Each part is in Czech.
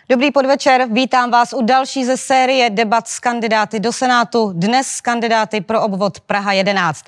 Dobrý podvečer, vítám vás u další ze série debat s kandidáty do Senátu, dnes s kandidáty pro obvod Praha 11.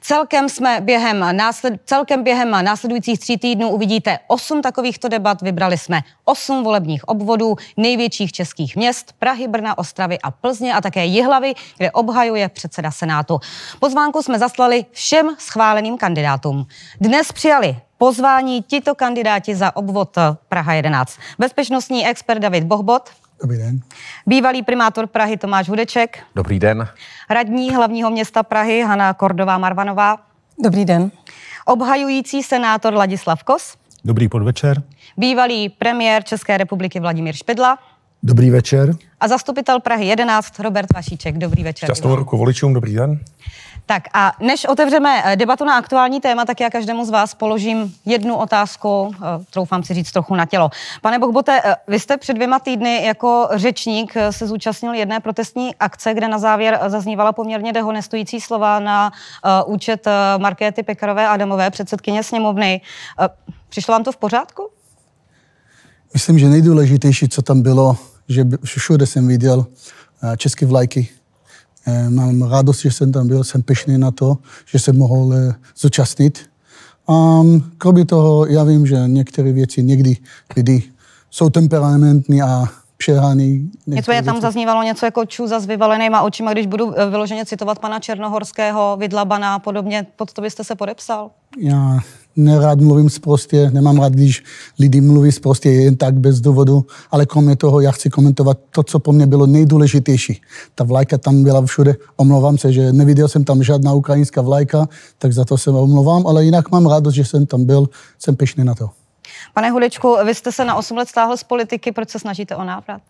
Celkem během následujících 3 týdnů uvidíte 8 takovýchto debat, vybrali jsme 8 volebních obvodů největších českých měst, Prahy, Brna, Ostravy a Plzně a také Jihlavy, kde obhajuje předseda Senátu. Pozvánku jsme zaslali všem schváleným kandidátům. Dnes přijali pozvání tito kandidáti za obvod Praha 11. Bezpečnostní expert David Bohbot. Dobrý den. Bývalý primátor Prahy Tomáš Hudeček. Dobrý den. Radní hlavního města Prahy Hana Kordová-Marvanová. Dobrý den. Obhajující senátor Ladislav Kos. Dobrý podvečer. Bývalý premiér České republiky Vladimír Špidla. Dobrý večer. A zastupitel Prahy 11 Robert Vašíček. Dobrý večer. Šťastnou ruku voličům, dobrý den. Tak a než otevřeme debatu na aktuální téma, tak já každému z vás položím jednu otázku, troufám si říct trochu na tělo. Pane Bohbote, vy jste před 2 týdny jako řečník se zúčastnil jedné protestní akce, kde na závěr zaznívala poměrně dehonestující slova na účet Markéty Pekarové Adamové, předsedkyně sněmovny. Přišlo vám to v pořádku? Myslím, že nejdůležitější, co tam bylo, že všude jsem viděl české vlajky. Mám radost, že jsem tam byl, jsem pyšný na to, že jsem mohl zúčastnit. Kromě toho, já vím, že některé věci někdy lidi jsou temperamentní a přehraný. Nicméně tam zaznívalo něco jako čůza s vyvalenýma očima, když budu vyloženě citovat pana Černohorského, Vidlabana a podobně, pod to byste se podepsal? Já nerád mluvím sprostě, nemám rád, když lidi mluví sprostě jen tak bez důvodu, ale kromě toho já chci komentovat to, co po mně bylo nejdůležitější. Ta vlajka tam byla všude, omlouvám se, že neviděl jsem tam žádná ukrajinská vlajka, tak za to se omlouvám, ale jinak mám radost, že jsem tam byl, jsem pyšný na to. Pane Hudečku, vy jste se na 8 let stáhl z politiky, proč se snažíte o návrat?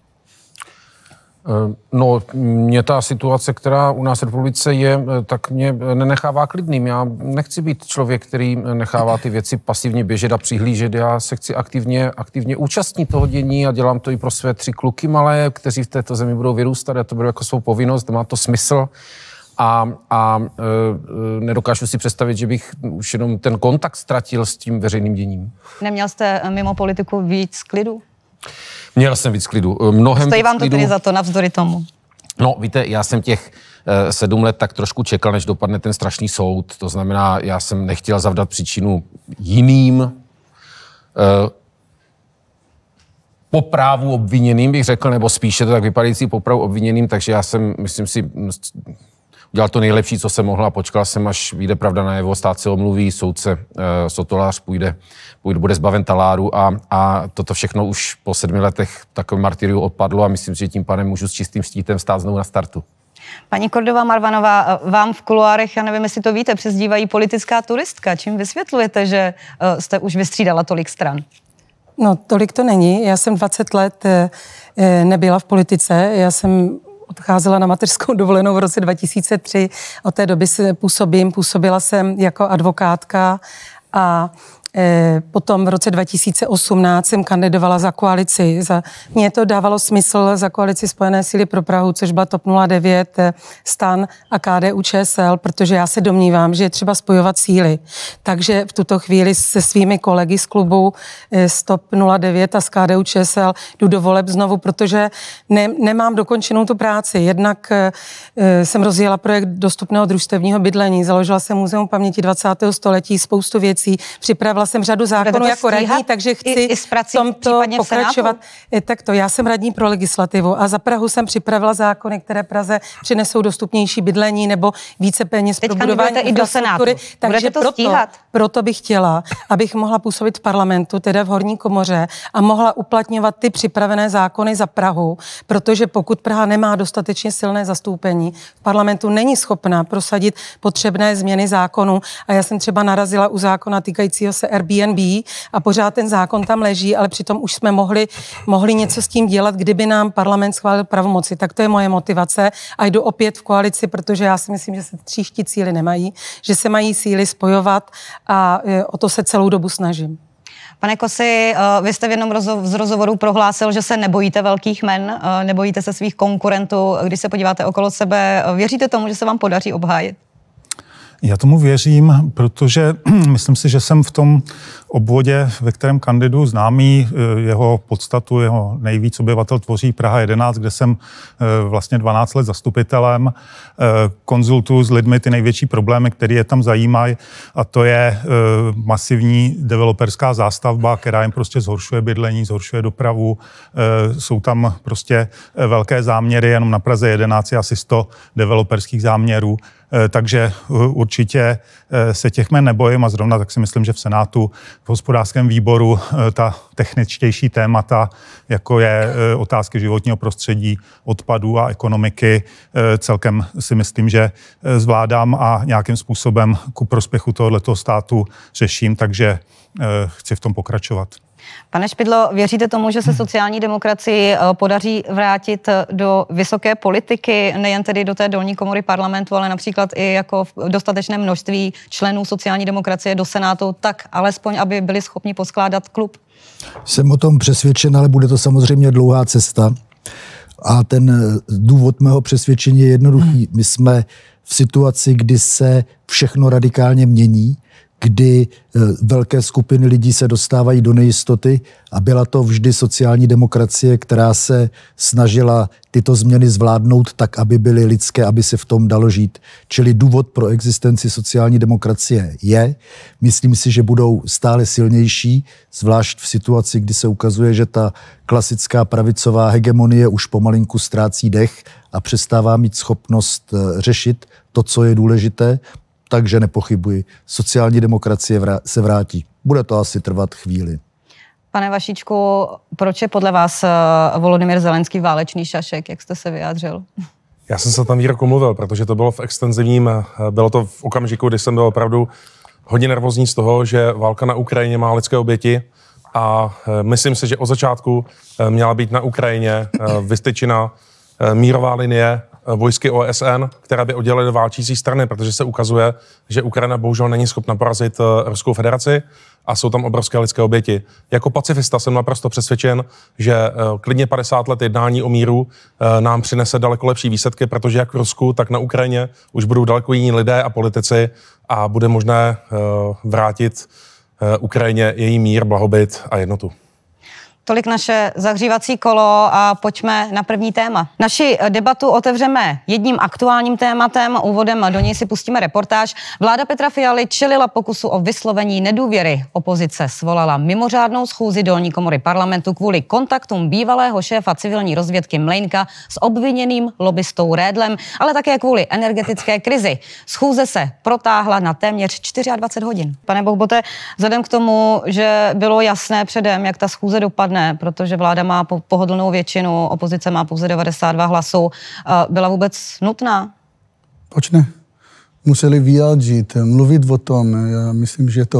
No, mě ta situace, která u nás v republice je, tak mě nenechává klidným. Já nechci být člověk, který nechává ty věci pasivně běžet a přihlížet. Já se chci aktivně účastnit toho dění a dělám to i pro své 3 kluky malé, kteří v této zemi budou vyrůstat. Já to beru jako svou povinnost, má to smysl. A nedokážu si představit, že bych už jenom ten kontakt ztratil s tím veřejným děním. Neměl jste mimo politiku víc klidu? Měl jsem víc klidu. Stojí vám to tedy za to, navzdory tomu? No, víte, já jsem těch 7 let tak trošku čekal, než dopadne ten strašný soud. To znamená, já jsem nechtěl zavdat příčinu jiným po právu obviněným, bych řekl, nebo spíše to tak vypadající po právu obviněným, takže já jsem, myslím si, udělal to nejlepší, co jsem mohl a počkal jsem, až vyjde pravda najevo, stát se omluví, soudce Sotolář bude zbaven taláru a toto všechno už po 7 letech takovým martyriu odpadlo a myslím si, že tím pádem můžu s čistým štítem stát znovu na startu. Paní Kordová-Marvanová, vám v kuloárech, já nevím, jestli to víte, přezdívají politická turistka. Čím vysvětlujete, že jste už vystřídala tolik stran? No, tolik to není. Já jsem 20 let nebyla v politice. Já jsem odcházela na mateřskou dovolenou v roce 2003. Od té doby působila jsem jako advokátka a potom v roce 2018 jsem kandidovala za koalici. Mně to dávalo smysl za koalici Spojené síly pro Prahu, což byla TOP 09, STAN a KDU-ČSL, protože já se domnívám, že je třeba spojovat síly. Takže v tuto chvíli se svými kolegy z klubu z TOP 09 a z KDU-ČSL jdu do voleb znovu, protože nemám dokončenou tu práci. Jednak jsem rozjela projekt dostupného družstevního bydlení, založila jsem Muzeum paměti 20. století, spoustu věcí, připravila jsem řadu zákonů jako radní, takže chci v tomto pokračovat. Takto, já jsem radní pro legislativu a za Prahu jsem připravila zákony, které Praze přinesou dostupnější bydlení nebo více peněz pro budování infrastruktury. Takže proto bych chtěla, abych mohla působit v parlamentu, teda v horní komoře a mohla uplatňovat ty připravené zákony za Prahu, protože pokud Praha nemá dostatečně silné zastoupení, v parlamentu není schopná prosadit potřebné změny zákonů a já jsem třeba narazila u zákona týkajícího se Airbnb a pořád ten zákon tam leží, ale přitom už jsme mohli něco s tím dělat, kdyby nám parlament schválil pravomoci. Tak to je moje motivace a jdu opět v koalici, protože já si myslím, že se tříští síly nemají, že se mají síly spojovat a o to se celou dobu snažím. Pane Kosi, vy jste v jednom z rozhovorů prohlásil, že se nebojíte velkých men, nebojíte se svých konkurentů. Když se podíváte okolo sebe, věříte tomu, že se vám podaří obhájit? Já tomu věřím, protože myslím si, že jsem v tom obvodě, ve kterém kandiduju, známý, jeho podstatu, jeho nejvíc obyvatel tvoří Praha 11, kde jsem vlastně 12 let zastupitelem, konzultuju s lidmi ty největší problémy, které je tam zajímají, a to je masivní developerská zástavba, která jim prostě zhoršuje bydlení, zhoršuje dopravu, jsou tam prostě velké záměry, jenom na Praze 11 je asi 100 developerských záměrů, takže určitě se těch jmen nebojím a zrovna tak si myslím, že v Senátu, v hospodářském výboru ta techničtější témata, jako je otázky životního prostředí, odpadů a ekonomiky, celkem si myslím, že zvládám a nějakým způsobem ku prospěchu tohoto státu řeším, takže chci v tom pokračovat. Pane Špidlo, věříte tomu, že se sociální demokracii podaří vrátit do vysoké politiky, nejen tedy do té dolní komory parlamentu, ale například i jako v dostatečné množství členů sociální demokracie do Senátu, tak alespoň, aby byli schopni poskládat klub? Jsem o tom přesvědčen, ale bude to samozřejmě dlouhá cesta. A ten důvod mého přesvědčení je jednoduchý. My jsme v situaci, kdy se všechno radikálně mění, kdy velké skupiny lidí se dostávají do nejistoty a byla to vždy sociální demokracie, která se snažila tyto změny zvládnout tak, aby byly lidské, aby se v tom dalo žít. Čili důvod pro existenci sociální demokracie je. Myslím si, že budou stále silnější, zvlášť v situaci, kdy se ukazuje, že ta klasická pravicová hegemonie už pomalinku ztrácí dech a přestává mít schopnost řešit to, co je důležité. Takže nepochybuji, sociální demokracie se vrátí. Bude to asi trvat chvíli. Pane Vašíčku, proč je podle vás Volodymyr Zelenský válečný šašek, jak jste se vyjádřil? Já jsem se tam výroku mluvil, protože to bylo v extenzivním, bylo to v okamžiku, kdy jsem byl opravdu hodně nervózní z toho, že válka na Ukrajině má lidské oběti a myslím si, že od začátku měla být na Ukrajině vystyčena mírová linie vojsky OSN, která by oddělily válčící strany, protože se ukazuje, že Ukrajina bohužel není schopna porazit Ruskou federaci a jsou tam obrovské lidské oběti. Jako pacifista jsem naprosto přesvědčen, že klidně 50 let jednání o míru nám přinese daleko lepší výsledky, protože jak v Rusku, tak na Ukrajině už budou daleko jiní lidé a politici a bude možné vrátit Ukrajině její mír, blahobyt a jednotu. Tolik naše zahřívací kolo a pojďme na první téma. Naši debatu otevřeme jedním aktuálním tématem, úvodem do něj si pustíme reportáž. Vláda Petra Fialy čelila pokusu o vyslovení nedůvěry. Opozice svolala mimořádnou schůzi dolní komory parlamentu kvůli kontaktům bývalého šéfa civilní rozvědky Mlejnka s obviněným lobbystou Redlem, ale také kvůli energetické krizi. Schůze se protáhla na téměř 24 hodin. Pane Bohbote, vzhledem k tomu, že bylo jasné předem, jak ta schůze dopadne, protože vláda má pohodlnou většinu, opozice má pouze 92 hlasů. Byla vůbec nutná? Proč ne? Museli vyjádřit, mluvit o tom. Já myslím, že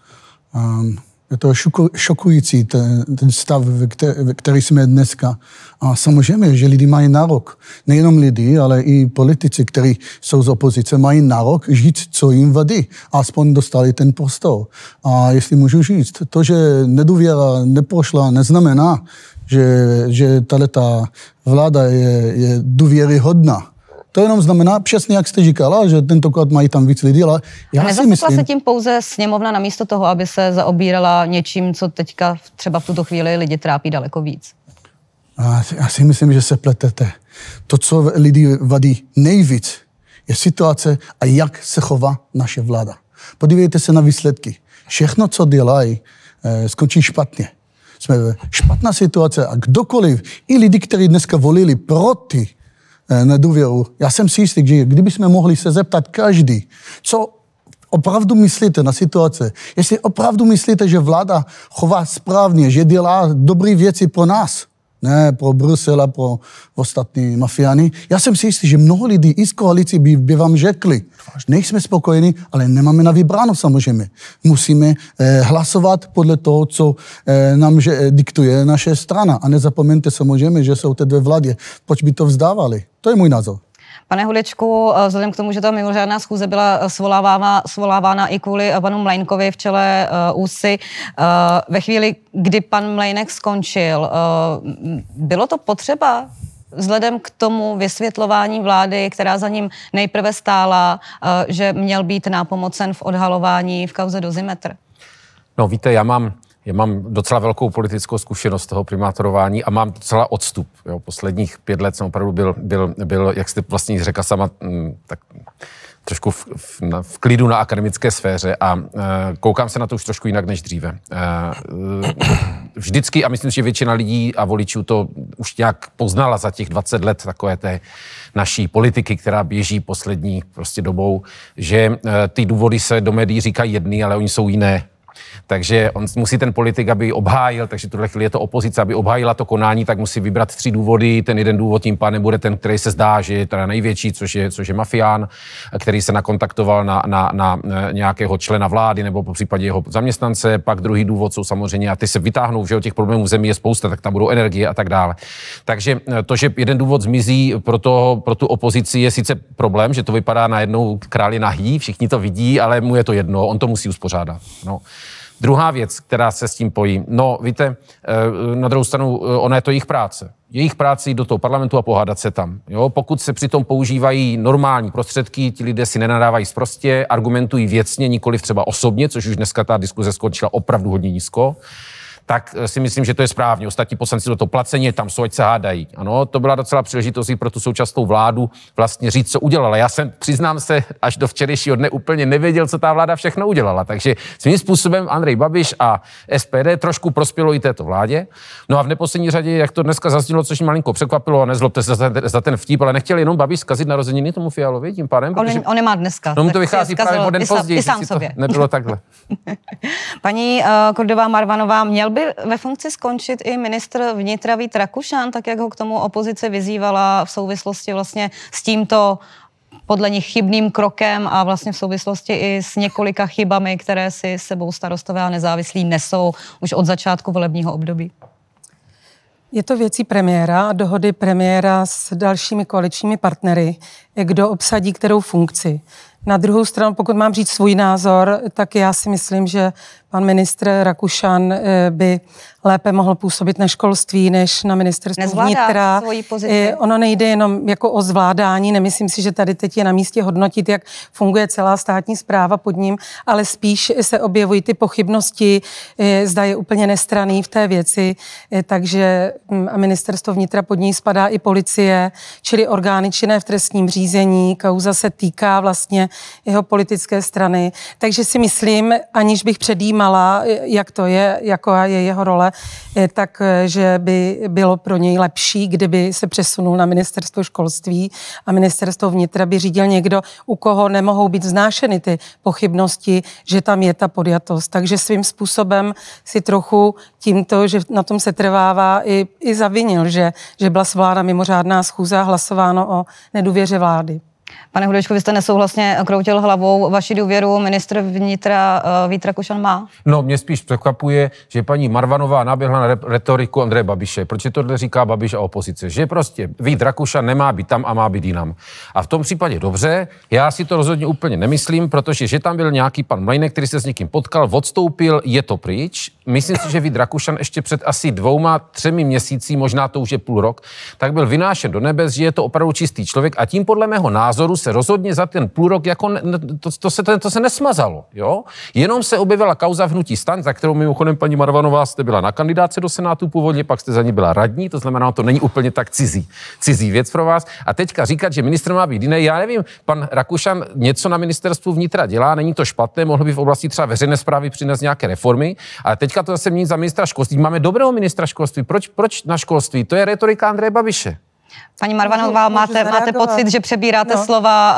je to šokující, ten stav, ve který jsme dneska. A samozřejmě, že lidi mají nárok. Nejenom lidi, ale i politici, kteří jsou z opozice, mají nárok říct, co jim vadí. Aspoň dostali ten prostor. A jestli můžu říct, to, že nedůvěra neprošla, neznamená, že tato vláda je důvěryhodná. To jenom znamená, přesně jak jste říkala, že tentokrát mají tam víc lidí, ale já si myslím... se tím pouze sněmovna namísto toho, aby se zaobírala něčím, co teďka třeba v tuto chvíli lidi trápí daleko víc? Já si myslím, že se pletete. To, co lidi vadí nejvíc, je situace a jak se chová naše vláda. Podívejte se na výsledky. Všechno, co dělají, skončí špatně. Jsme ve špatná situace a kdokoliv, i lidi, kteří dneska volili proti nedůvěru. Já jsem si jistý, že kdybychom mohli se zeptat každý, co opravdu myslíte na situaci, jestli opravdu myslíte, že vláda chová správně, že dělá dobré věci pro nás, ne pro Brusel a pro ostatní mafiány. Já jsem si jistý, že mnoho lidí i z koalicí by vám řekli, nejsme spokojeni, ale nemáme na vybráno samozřejmě. Musíme hlasovat podle toho, co nám diktuje naše strana. A nezapomeňte samozřejmě, že jsou teď ve vládě. Proč by to vzdávali? To je můj názor. Pane Hudečku, vzhledem k tomu, že ta mimořádná schůze byla svolávána i kvůli panu Mlejnkovi v čele ÚSY, ve chvíli, kdy pan Mlejnek skončil, bylo to potřeba vzhledem k tomu vysvětlování vlády, která za ním nejprve stála, že měl být nápomocen v odhalování v kauze Dozimetr? No víte, já mám docela velkou politickou zkušenost toho primátorování a mám docela odstup. Jo. Posledních 5 let jsem opravdu byl, jak jste vlastně řekla sama, tak trošku v klidu na akademické sféře a koukám se na to už trošku jinak než dříve. Vždycky, a myslím, že většina lidí a voličů to už nějak poznala za těch 20 let takové té naší politiky, která běží poslední prostě dobou, že ty důvody se do médií říkají jedny, ale oni jsou jiné. Takže on musí ten politik, aby obhájil, takže tuhle chvíli je to opozice, aby obhájila to konání, tak musí vybrat 3 důvody. Ten jeden důvod tím pádem bude ten, který se zdá, že je teda největší, což je mafián, který se nakontaktoval na nějakého člena vlády nebo po případě jeho zaměstnance. Pak druhý důvod jsou samozřejmě, a ty se vytáhnou, že těch problémů v zemi je spousta, tak tam budou energie a tak dále. Takže to, že jeden důvod zmizí pro tu opozici, je sice problém, že to vypadá najednou král je nahý, všichni to vidí, ale mu je to jedno, on to musí uspořádat. No. Druhá věc, která se s tím pojí, no víte, na druhou stranu, ona je to jejich práce. Jejich práce jít do toho parlamentu a pohádat se tam. Jo? Pokud se přitom používají normální prostředky, ti lidé si nenadávají sprostě, argumentují věcně, nikoliv třeba osobně, což už dneska ta diskuze skončila opravdu hodně nízko, tak si myslím, že to je správně. Ostatní poslanci do toho placení tam jsou, ať se hádají. Ano, to byla docela příležitost i pro tu současnou vládu vlastně říct, co udělala. Já jsem, přiznám se, až do včerejšího dne úplně nevěděl, co ta vláda všechno udělala. Takže svým způsobem Andrej Babiš a SPD trošku prospělo i této vládě. No a v neposlední řadě, jak to dneska zaznělo, což mě malinko překvapilo, a nezlobte se za ten vtip, ale nechtěl jenom Babiš zkazit narozeniny tomu Fialovi tím pádem. On nemá dneska. No mu to vychází právě o den později, to nebylo takhle. Paní Kordová Marvanová, měl by ve funkci skončit i ministr vnitra Vít Rakušan, tak jak ho k tomu opozice vyzývala v souvislosti vlastně s tímto podle nich chybným krokem a vlastně v souvislosti i s několika chybami, které si sebou Starostové a nezávislí nesou už od začátku volebního období? Je to věcí premiéra a dohody premiéra s dalšími koaličními partnery, kdo obsadí kterou funkci. Na druhou stranu, pokud mám říct svůj názor, tak já si myslím, že pan ministr Rakušan by lépe mohl působit na školství než na ministerstvu vnitra. Ono nejde jenom jako o zvládání, nemyslím si, že tady teď je na místě hodnotit, jak funguje celá státní správa pod ním, ale spíš se objevují ty pochybnosti, zda je úplně nestranný v té věci, takže a ministerstvo vnitra pod něj spadá i policie, čili orgány činné v trestním řízení, kauza se týká vlastně jeho politické strany, takže si myslím, aniž bych předjímala, jak to je, jaká je jeho role, tak, že by bylo pro něj lepší, kdyby se přesunul na ministerstvo školství a ministerstvo vnitra by řídil někdo, u koho nemohou být vznášeny ty pochybnosti, že tam je ta podjatost. Takže svým způsobem si trochu tímto, že na tom se trvává, i zavinil, že byla svolána mimořádná schůze a hlasováno o nedůvěře vlády. Pane Hudečko, vy jste nesouhlasně kroutil hlavou. Vaši důvěru ministr vnitra Vít Rakušan má? No, mě spíš překvapuje, že paní Marvanová naběhla na retoriku Andreje Babiše. Proč tohle říká Babiš a opozice? Že prostě Vít Rakušan nemá být tam a má být jinam. A v tom případě dobře, já si to rozhodně úplně nemyslím, protože že tam byl nějaký pan Mlejnek, který se s někým potkal, odstoupil, je to pryč. Myslím si, že Vít Rakušan ještě před asi 2-3 měsíci, možná to už je půl rok, tak byl vynášen do nebes, že je to opravdu čistý člověk a tím podle mého názoru se rozhodně za ten půl rok jako to se nesmazalo, jo? Jenom se objevila kauza v hnutí STAN, za kterou mimochodem paní Marvanová jste byla na kandidáce do Senátu původně, pak jste za ní byla radní, to znamená, to není úplně tak cizí věc pro vás. A teďka říkat, že ministr má být jiný, já nevím, pan Rakušan něco na ministerstvu vnitra dělá, není to špatné, mohl by v oblasti třeba veřejné správy přinést nějaké reformy, ale teďka to zase mění za ministra školství. Máme dobrého ministra školství, proč na školství? To je retorika Andreje Babiše. Paní Marvanová, máte pocit, že přebíráte slova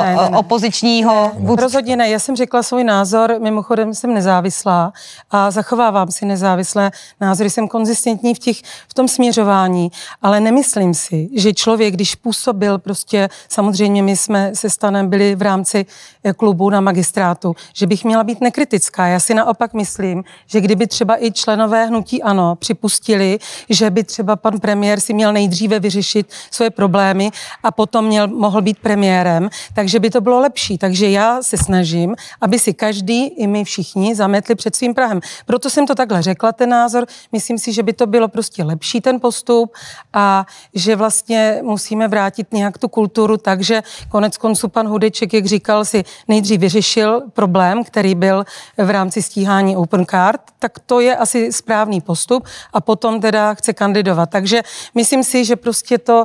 opozičního vůdce? Rozhodně ne, já jsem řekla svůj názor, mimochodem jsem nezávislá a zachovávám si nezávislé názory, jsem konzistentní v tom směřování, ale nemyslím si, že člověk, když působil prostě, samozřejmě my jsme se Stanem byli v rámci klubu na magistrátu, že bych měla být nekritická. Já si naopak myslím, že kdyby třeba i členové hnutí ANO připustili, že by třeba pan premiér si měl nejdříve vyřešit svoje problémy a potom mohl být premiérem, takže by to bylo lepší. Takže já se snažím, aby si každý, i my všichni, zametli před svým prahem. Proto jsem to takhle řekla, ten názor. Myslím si, že by to bylo prostě lepší ten postup a že vlastně musíme vrátit nějak tu kulturu, takže konec konců pan Hudeček, jak říkal, si nejdřív vyřešil problém, který byl v rámci stíhání Opencard, tak to je asi správný postup a potom teda chce kandidovat. Takže myslím si, že prostě to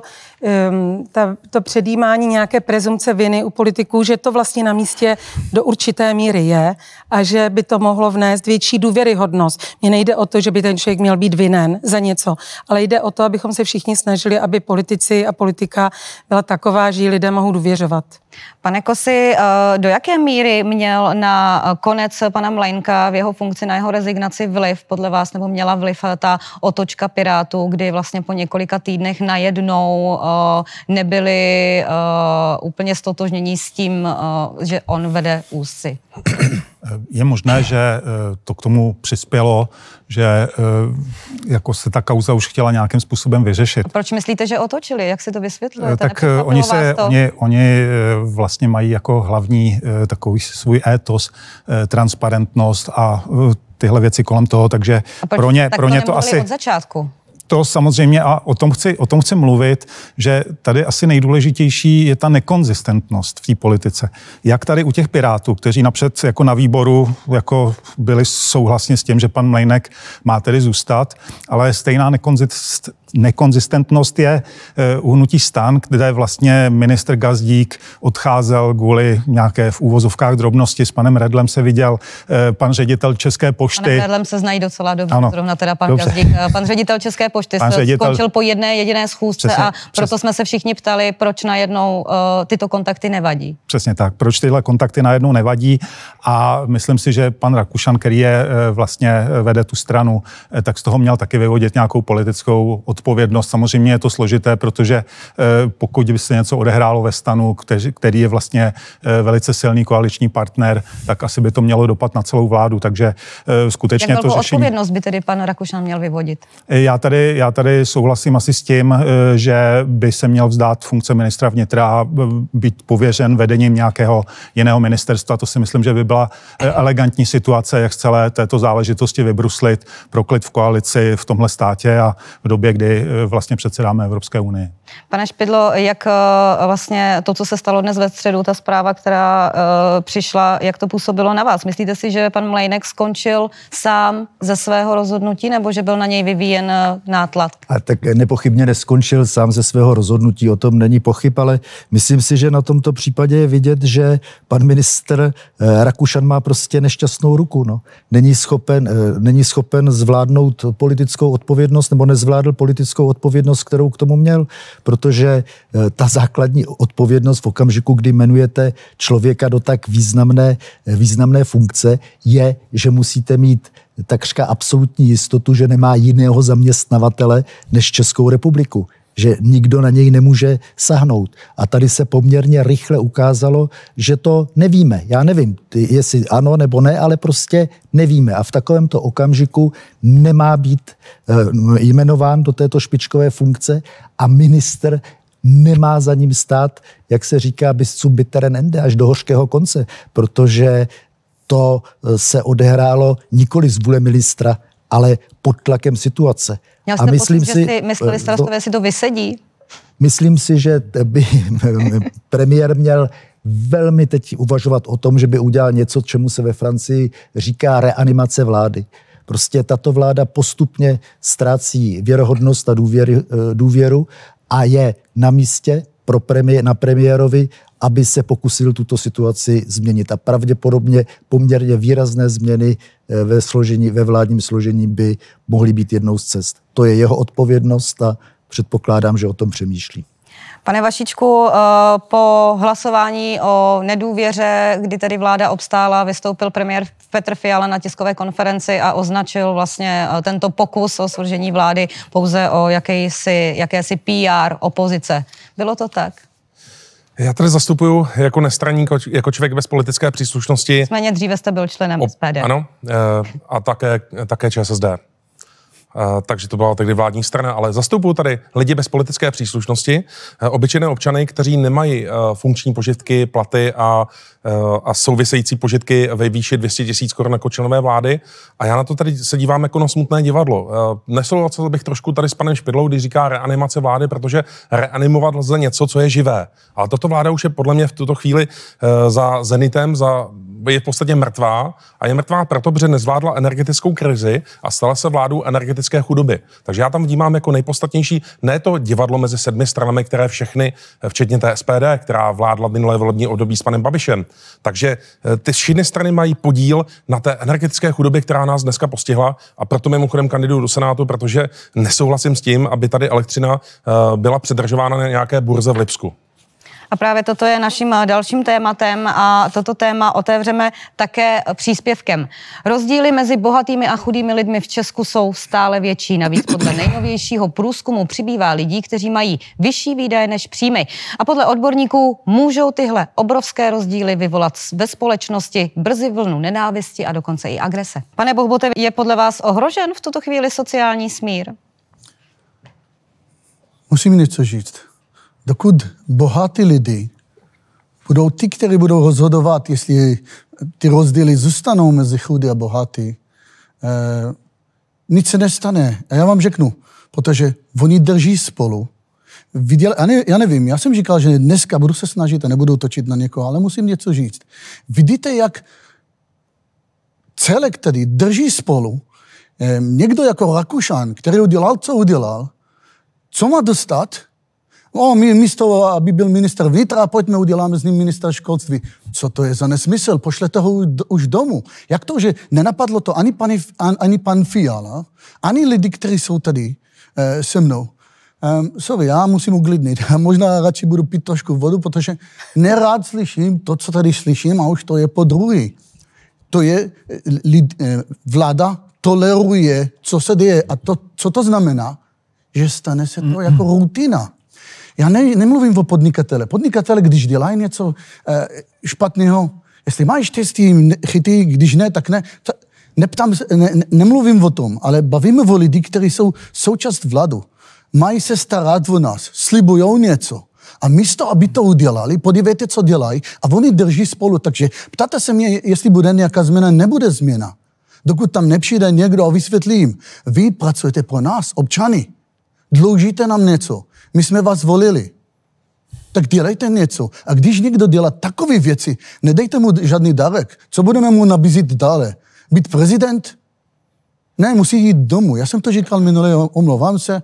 předjímání nějaké prezumce viny u politiků, že to vlastně na místě do určité míry je a že by to mohlo vnést větší důvěryhodnost. Mně nejde o to, že by ten člověk měl být vinen za něco, ale jde o to, abychom se všichni snažili, aby politici a politika byla taková, že jí lidé mohou důvěřovat. Pane Kosi, do jaké míry měl na konec pana Mlejnka v jeho funkci, na jeho rezignaci vliv podle vás, nebo měla vliv ta otočka Pirátů, kdy vlastně po několika týdnech najednou nebyli úplně stotožnění s tím, že on vede Ústci? Je možné, že to k tomu přispělo, že jako se ta kauza už chtěla nějakým způsobem vyřešit. A proč myslíte, že otočili? Jak si to vysvětlujete? Tak oni vlastně mají jako hlavní takový svůj étos, transparentnost a tyhle věci kolem toho, takže pro ně to asi od začátku. To samozřejmě a o tom chci mluvit, že tady asi nejdůležitější je ta nekonzistentnost v té politice. Jak tady u těch Pirátů, kteří napřed jako na výboru jako byli souhlasně s tím, že pan Mlejnek má tedy zůstat, ale stejná nekonzistentnost je u hnutí STAN, kde vlastně ministr Gazdík odcházel kvůli nějaké v úvozovkách drobnosti. S panem Redlem se viděl pan ředitel České pošty. Panem Redlem se znají docela dobře, zrovna teda pan Gazdík. Pan ředitel České pošty skončil po jedné jediné schůzce a proto jsme se všichni ptali, proč najednou tyto kontakty nevadí. Přesně tak, proč tyhle kontakty najednou nevadí a myslím si, že pan Rakušan, který je vlastně vede tu stranu, tak z toho měl taky vyvodit nějakou politickou odpovědnost. Samozřejmě je to složité, protože pokud by se něco odehrálo ve STANu, který je vlastně velice silný koaliční partner, tak asi by to mělo dopad na celou vládu, takže skutečně jak to řešení... odpovědnost by tedy pan Rakušan měl vyvodit? Já tady souhlasím asi s tím, že by se měl vzdát funkce ministra vnitra a být pověřen vedením nějakého jiného ministerstva. To si myslím, že by byla elegantní situace, jak z celé této záležitosti vybruslit pro klid v koalici v tomhle státě a v době, kdy vlastně předsedáme Evropské unii. Pane Špidlo, jak vlastně to, co se stalo dnes ve středu, ta zpráva, která přišla, jak to působilo na vás? Myslíte si, že pan Mlejnek skončil sám ze svého rozhodnutí, nebo že byl na něj vyvíjen nátlak? A tak nepochybně neskončil sám ze svého rozhodnutí, o tom není pochyb, ale myslím si, že na tomto případě je vidět, že pan ministr Rakušan má prostě nešťastnou ruku. No. Není schopen zvládnout politickou odpovědnost nebo nezvládl politickou odpovědnost, kterou k tomu měl, protože ta základní odpovědnost v okamžiku, kdy jmenujete člověka do tak významné funkce, je, že musíte mít takřka absolutní jistotu, že nemá jiného zaměstnavatele než Českou republiku. Že nikdo na něj nemůže sahnout. A tady se poměrně rychle ukázalo, že to nevíme. Já nevím, jestli ano nebo ne, ale prostě nevíme. A v takovémto okamžiku nemá být jmenován do této špičkové funkce a ministr nemá za ním stát, jak se říká, bis zu bitteren Ende, až do hořkého konce, protože to se odehrálo nikoli z vůle ministra, ale pod tlakem situace. Měl jste pocit, že si mysleli starostové, si to vysedí? Myslím si, že by premiér měl velmi teď uvažovat o tom, že by udělal něco, čemu se ve Francii říká reanimace vlády. Prostě tato vláda postupně ztrácí věrohodnost a důvěru a je na místě na premiérovi, aby se pokusil tuto situaci změnit. A pravděpodobně poměrně výrazné změny ve vládním složení by mohly být jednou z cest. To je jeho odpovědnost a předpokládám, že o tom přemýšlí. Pane Vašíčku, po hlasování o nedůvěře, kdy tedy vláda obstála, vystoupil premiér Petr Fiala na tiskové konferenci a označil vlastně tento pokus o svržení vlády pouze o jakési PR opozice. Bylo to tak? Já tady zastupuju jako nestraník, jako člověk bez politické příslušnosti. Nicméně dříve jste byl členem SPD. Ano, a také ČSSD. takže to byla tehdy vládní strana, ale zastupuju tady lidi bez politické příslušnosti, obyčejné občany, kteří nemají funkční požitky, platy a související požitky ve výši 200 000 korun jako členové vlády. A já na to tady se dívám jako na smutné divadlo. Nesouhlasil bych trošku tady s panem Špidlou, když říká reanimace vlády, protože reanimovat lze něco, co je živé. Ale tato vláda už je podle mě v tuto chvíli za zenitem, je v podstatě mrtvá a je mrtvá proto, protože nezvládla energetickou krizi a stala se vládou energetické chudoby. Takže já tam vnímám jako nejpodstatnější ne to divadlo mezi 7 stranami, které všechny, včetně té SPD, která vládla minulé volební období s panem Babišem. Takže ty všechny strany mají podíl na té energetické chudobě, která nás dneska postihla, a proto mimochodem kandiduju do Senátu, protože nesouhlasím s tím, aby tady elektřina byla předržována na nějaké burze v Lipsku. A právě toto je naším dalším tématem a toto téma otevřeme také příspěvkem. Rozdíly mezi bohatými a chudými lidmi v Česku jsou stále větší. Navíc podle nejnovějšího průzkumu přibývá lidí, kteří mají vyšší výdaje než příjmy. A podle odborníků můžou tyhle obrovské rozdíly vyvolat ve společnosti brzy vlnu nenávisti a dokonce i agrese. Pane Bohbote, je podle vás ohrožen v tuto chvíli sociální smír? Musím něco říct. Dokud bohatí lidi budou ty, kteří budou rozhodovat, jestli ty rozdíly zůstanou mezi chudí a bohatí, nic se nestane. A já vám řeknu, protože oni drží spolu. Já nevím, já jsem říkal, že dneska budu se snažit a nebudu točit na někoho, ale musím něco říct. Vidíte, jak celek tady drží spolu někdo jako Rakušan, který udělal, co udělal, co má dostat? Místo, aby byl ministr vnitra, pojďme uděláme z ním ministra školství. Co to je za nesmysl? Pošlete ho už domů. Jak to, že nenapadlo to ani pan Fiala, ani lidi, kteří jsou tady se mnou? Sorry, já musím uklidnit. Možná radši budu pít trošku vodu, protože nerád slyším to, co tady slyším, a už to je po druhý. To je, vláda toleruje, co se děje. A co to znamená? Že stane se to jako rutina. Já nemluvím o podnikatele. Podnikatele, když dělají něco špatného, jestli máš štěstí, chytí, když ne, tak ne. Nemluvím o tom, ale bavíme o lidi, kteří jsou součást vládu. Mají se starat o nás, slibujou něco. A místo, aby to udělali, podívejte, co dělají, a oni drží spolu. Takže ptáte se mě, jestli bude nějaká změna, nebude změna. Dokud tam nepřijde někdo a vysvětlím. Vy pracujete pro nás, občany. Dlužíte nám něco. My jsme vás volili. Tak dělejte něco. A když někdo dělá takové věci, nedejte mu žádný dárek. Co budeme mu nabízet dále? Být prezident? Ne, musí jít domů. Já jsem to říkal minule, omlouvám se.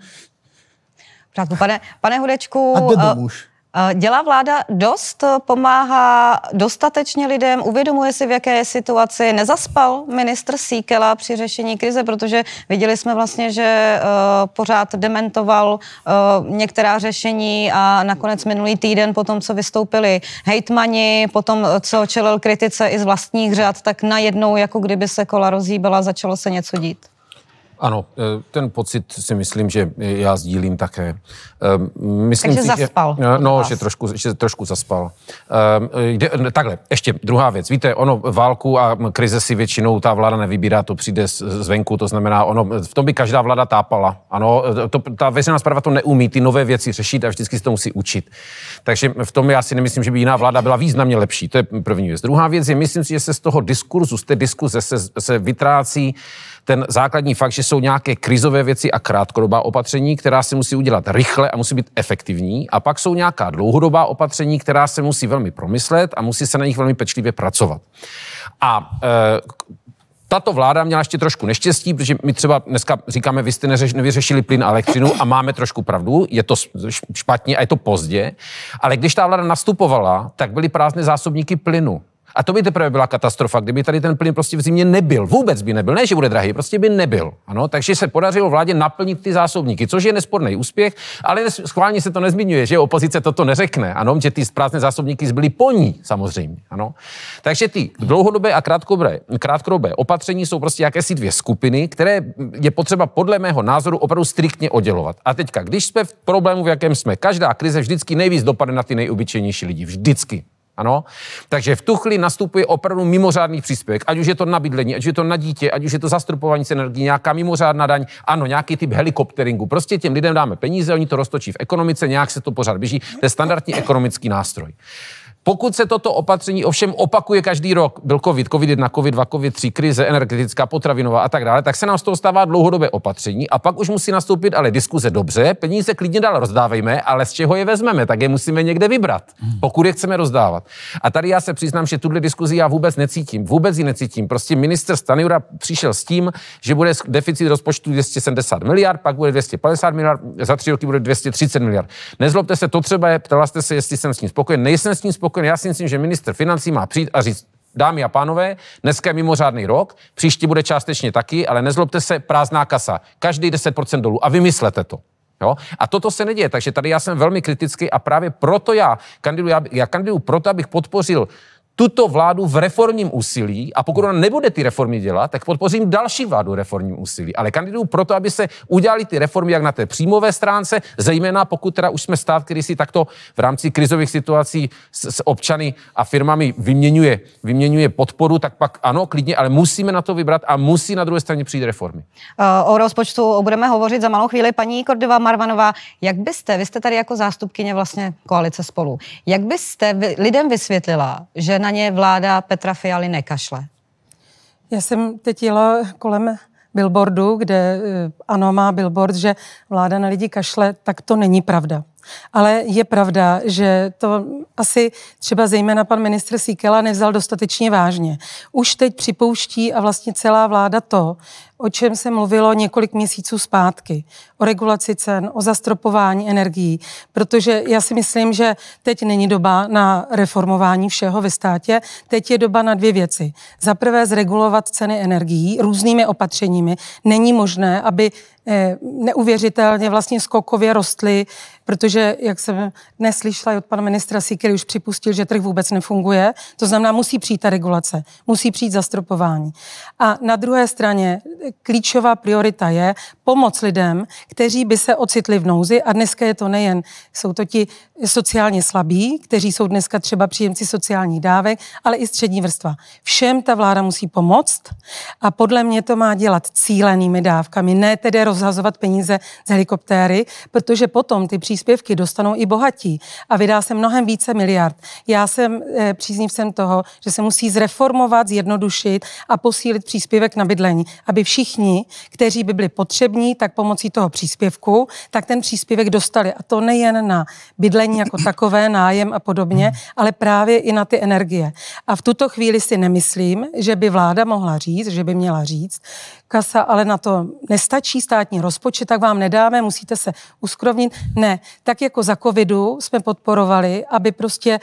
Pane Hudečku, a jde domů už. Dělá vláda dost, pomáhá dostatečně lidem, uvědomuje si, v jaké je situaci. Nezaspal ministr Síkela při řešení krize, protože viděli jsme vlastně, že pořád dementoval některá řešení a nakonec minulý týden po tom, co vystoupili hejtmani, potom, co čelil kritice i z vlastních řad, tak najednou, jako kdyby se kola rozhýbala, začalo se něco dít. Ano, ten pocit si myslím, že já sdílím také. Myslím takže si, zaspal. Že trošku zaspal. Takhle, ještě druhá věc. Víte, válku a krize si většinou ta vláda nevybírá, to přijde zvenku, to znamená, v tom by každá vláda tápala. Ano, ta veřejná správa to neumí, ty nové věci řešit a vždycky se to musí učit. Takže v tom já si nemyslím, že by jiná vláda byla významně lepší. To je první věc. Druhá věc je, myslím si, že se z toho diskurzu, z té diskuze se vytrácí ten základní fakt, že jsou nějaké krizové věci a krátkodobá opatření, která se musí udělat rychle a musí být efektivní. A pak jsou nějaká dlouhodobá opatření, která se musí velmi promyslet a musí se na nich velmi pečlivě pracovat. A tato vláda měla ještě trošku neštěstí, protože my třeba dneska říkáme, vy jste nevyřešili plyn a elektřinu a máme trošku pravdu, je to špatně a je to pozdě, ale když ta vláda nastupovala, tak byly prázdné zásobníky plynu. A to by teprve byla katastrofa, kdyby tady ten plyn prostě v zimě nebyl. Vůbec by nebyl. Ne, že bude drahý, prostě by nebyl. Ano, takže se podařilo vládě naplnit ty zásobníky, což je nesporný úspěch, ale schválně se to nezmiňuje, že opozice toto neřekne. Ano, že ty prázdné zásobníky zbyly po ní, samozřejmě. Ano. Takže ty dlouhodobé a krátkodobé opatření jsou prostě jakési dvě skupiny, které je potřeba podle mého názoru opravdu striktně oddělovat. A teďka, když jsme v problému, v jakém jsme, každá krize vždycky nejvíc dopadne na ty nejobyčejnější lidi. Vždycky. Ano? Takže v tu chvíli nastupuje opravdu mimořádný příspěvek, ať už je to na bydlení, ať už je to na dítě, ať už je to zastropování cen energií, nějaká mimořádná daň, ano, nějaký typ helikopteringu. Prostě těm lidem dáme peníze, oni to roztočí v ekonomice, nějak se to pořád běží, to je standardní ekonomický nástroj. Pokud se toto opatření ovšem opakuje každý rok, byl COVID1, COVID2, COVID3, krize energetická, potravinová a tak dále, tak se nám z toho stává dlouhodobé opatření a pak už musí nastoupit ale diskuze dobře, peníze klidně dál rozdávejme, ale z čeho je vezmeme, tak je musíme někde vybrat, pokud je chceme rozdávat. A tady já se přiznám, že tuhle diskuzi já vůbec ji necítím. Prostě ministr Stanjura přišel s tím, že bude deficit rozpočtu 270 miliard, pak bude 250 miliard, za 3 roky bude 230 miliard. Nezlobte se, to třeba je, ptala jste se, jestli jsem s ním spokojen, nejsem s ním spokojen. Já si myslím, že ministr financí má přijít a říct, dámy a pánové, dneska je mimořádný rok, příští bude částečně taky, ale nezlobte se, prázdná kasa, každý 10% dolů a vymyslete to. Jo? A toto se neděje, takže tady já jsem velmi kritický a právě proto já kandiduju proto, abych podpořil tuto vládu v reformním úsilí a pokud ona nebude ty reformy dělat, tak podpořím další vládu reformním úsilí. Ale kandiduju proto, aby se udělali ty reformy jak na té příjmové stránce, zejména pokud teda už jsme stát, který si takto v rámci krizových situací s občany a firmami vyměňuje podporu, tak pak ano, klidně, ale musíme na to vybrat a musí na druhé straně přijít reformy. O rozpočtu budeme hovořit za malou chvíli. Paní Kordová Marvanová, vy jste tady jako zástupkyně vlastně koalice Spolu, jak byste lidem vysvětlila, že na ně vláda Petra Fialy nekašle? Já jsem teď jela kolem billboardu, kde ANO má billboard, že vláda na lidi kašle, tak to není pravda. Ale je pravda, že to asi třeba zejména pan ministr Síkela nevzal dostatečně vážně. Už teď připouští a vlastně celá vláda to, o čem se mluvilo několik měsíců zpátky. O regulaci cen, o zastropování energií. Protože já si myslím, že teď není doba na reformování všeho ve státě. Teď je doba na 2 věci. Za prvé zregulovat ceny energií různými opatřeními. Není možné, aby neuvěřitelně vlastně skokově rostly, protože, jak jsem dnes slyšela od pana ministra Síkely, už připustil, že trh vůbec nefunguje. To znamená, musí přijít ta regulace, musí přijít zastropování. A na druhé straně klíčová priorita je pomoc lidem, kteří by se ocitli v nouzi a dneska je to nejen, jsou to ti sociálně slabí, kteří jsou dneska třeba příjemci sociálních dávek, ale i střední vrstva. Všem ta vláda musí pomoct a podle mě to má dělat cílenými dávkami, ne tedy rozhazovat peníze z helikoptéry, protože potom ty příspěvky dostanou i bohatí a vydá se mnohem více miliard. Já jsem příznivcem toho, že se musí zreformovat, zjednodušit a posílit příspěvek na bydlení, aby všichni, kteří by byli potřební, tak pomocí toho příspěvku, tak ten příspěvek dostali. A to nejen na bydlení jako takové, nájem a podobně, ale právě i na ty energie. A v tuto chvíli si nemyslím, že by vláda mohla říct, že by měla říct, kasa, ale na to nestačí státní rozpočet, tak vám nedáme, musíte se uskrovnit. Ne, tak jako za covidu jsme podporovali, aby prostě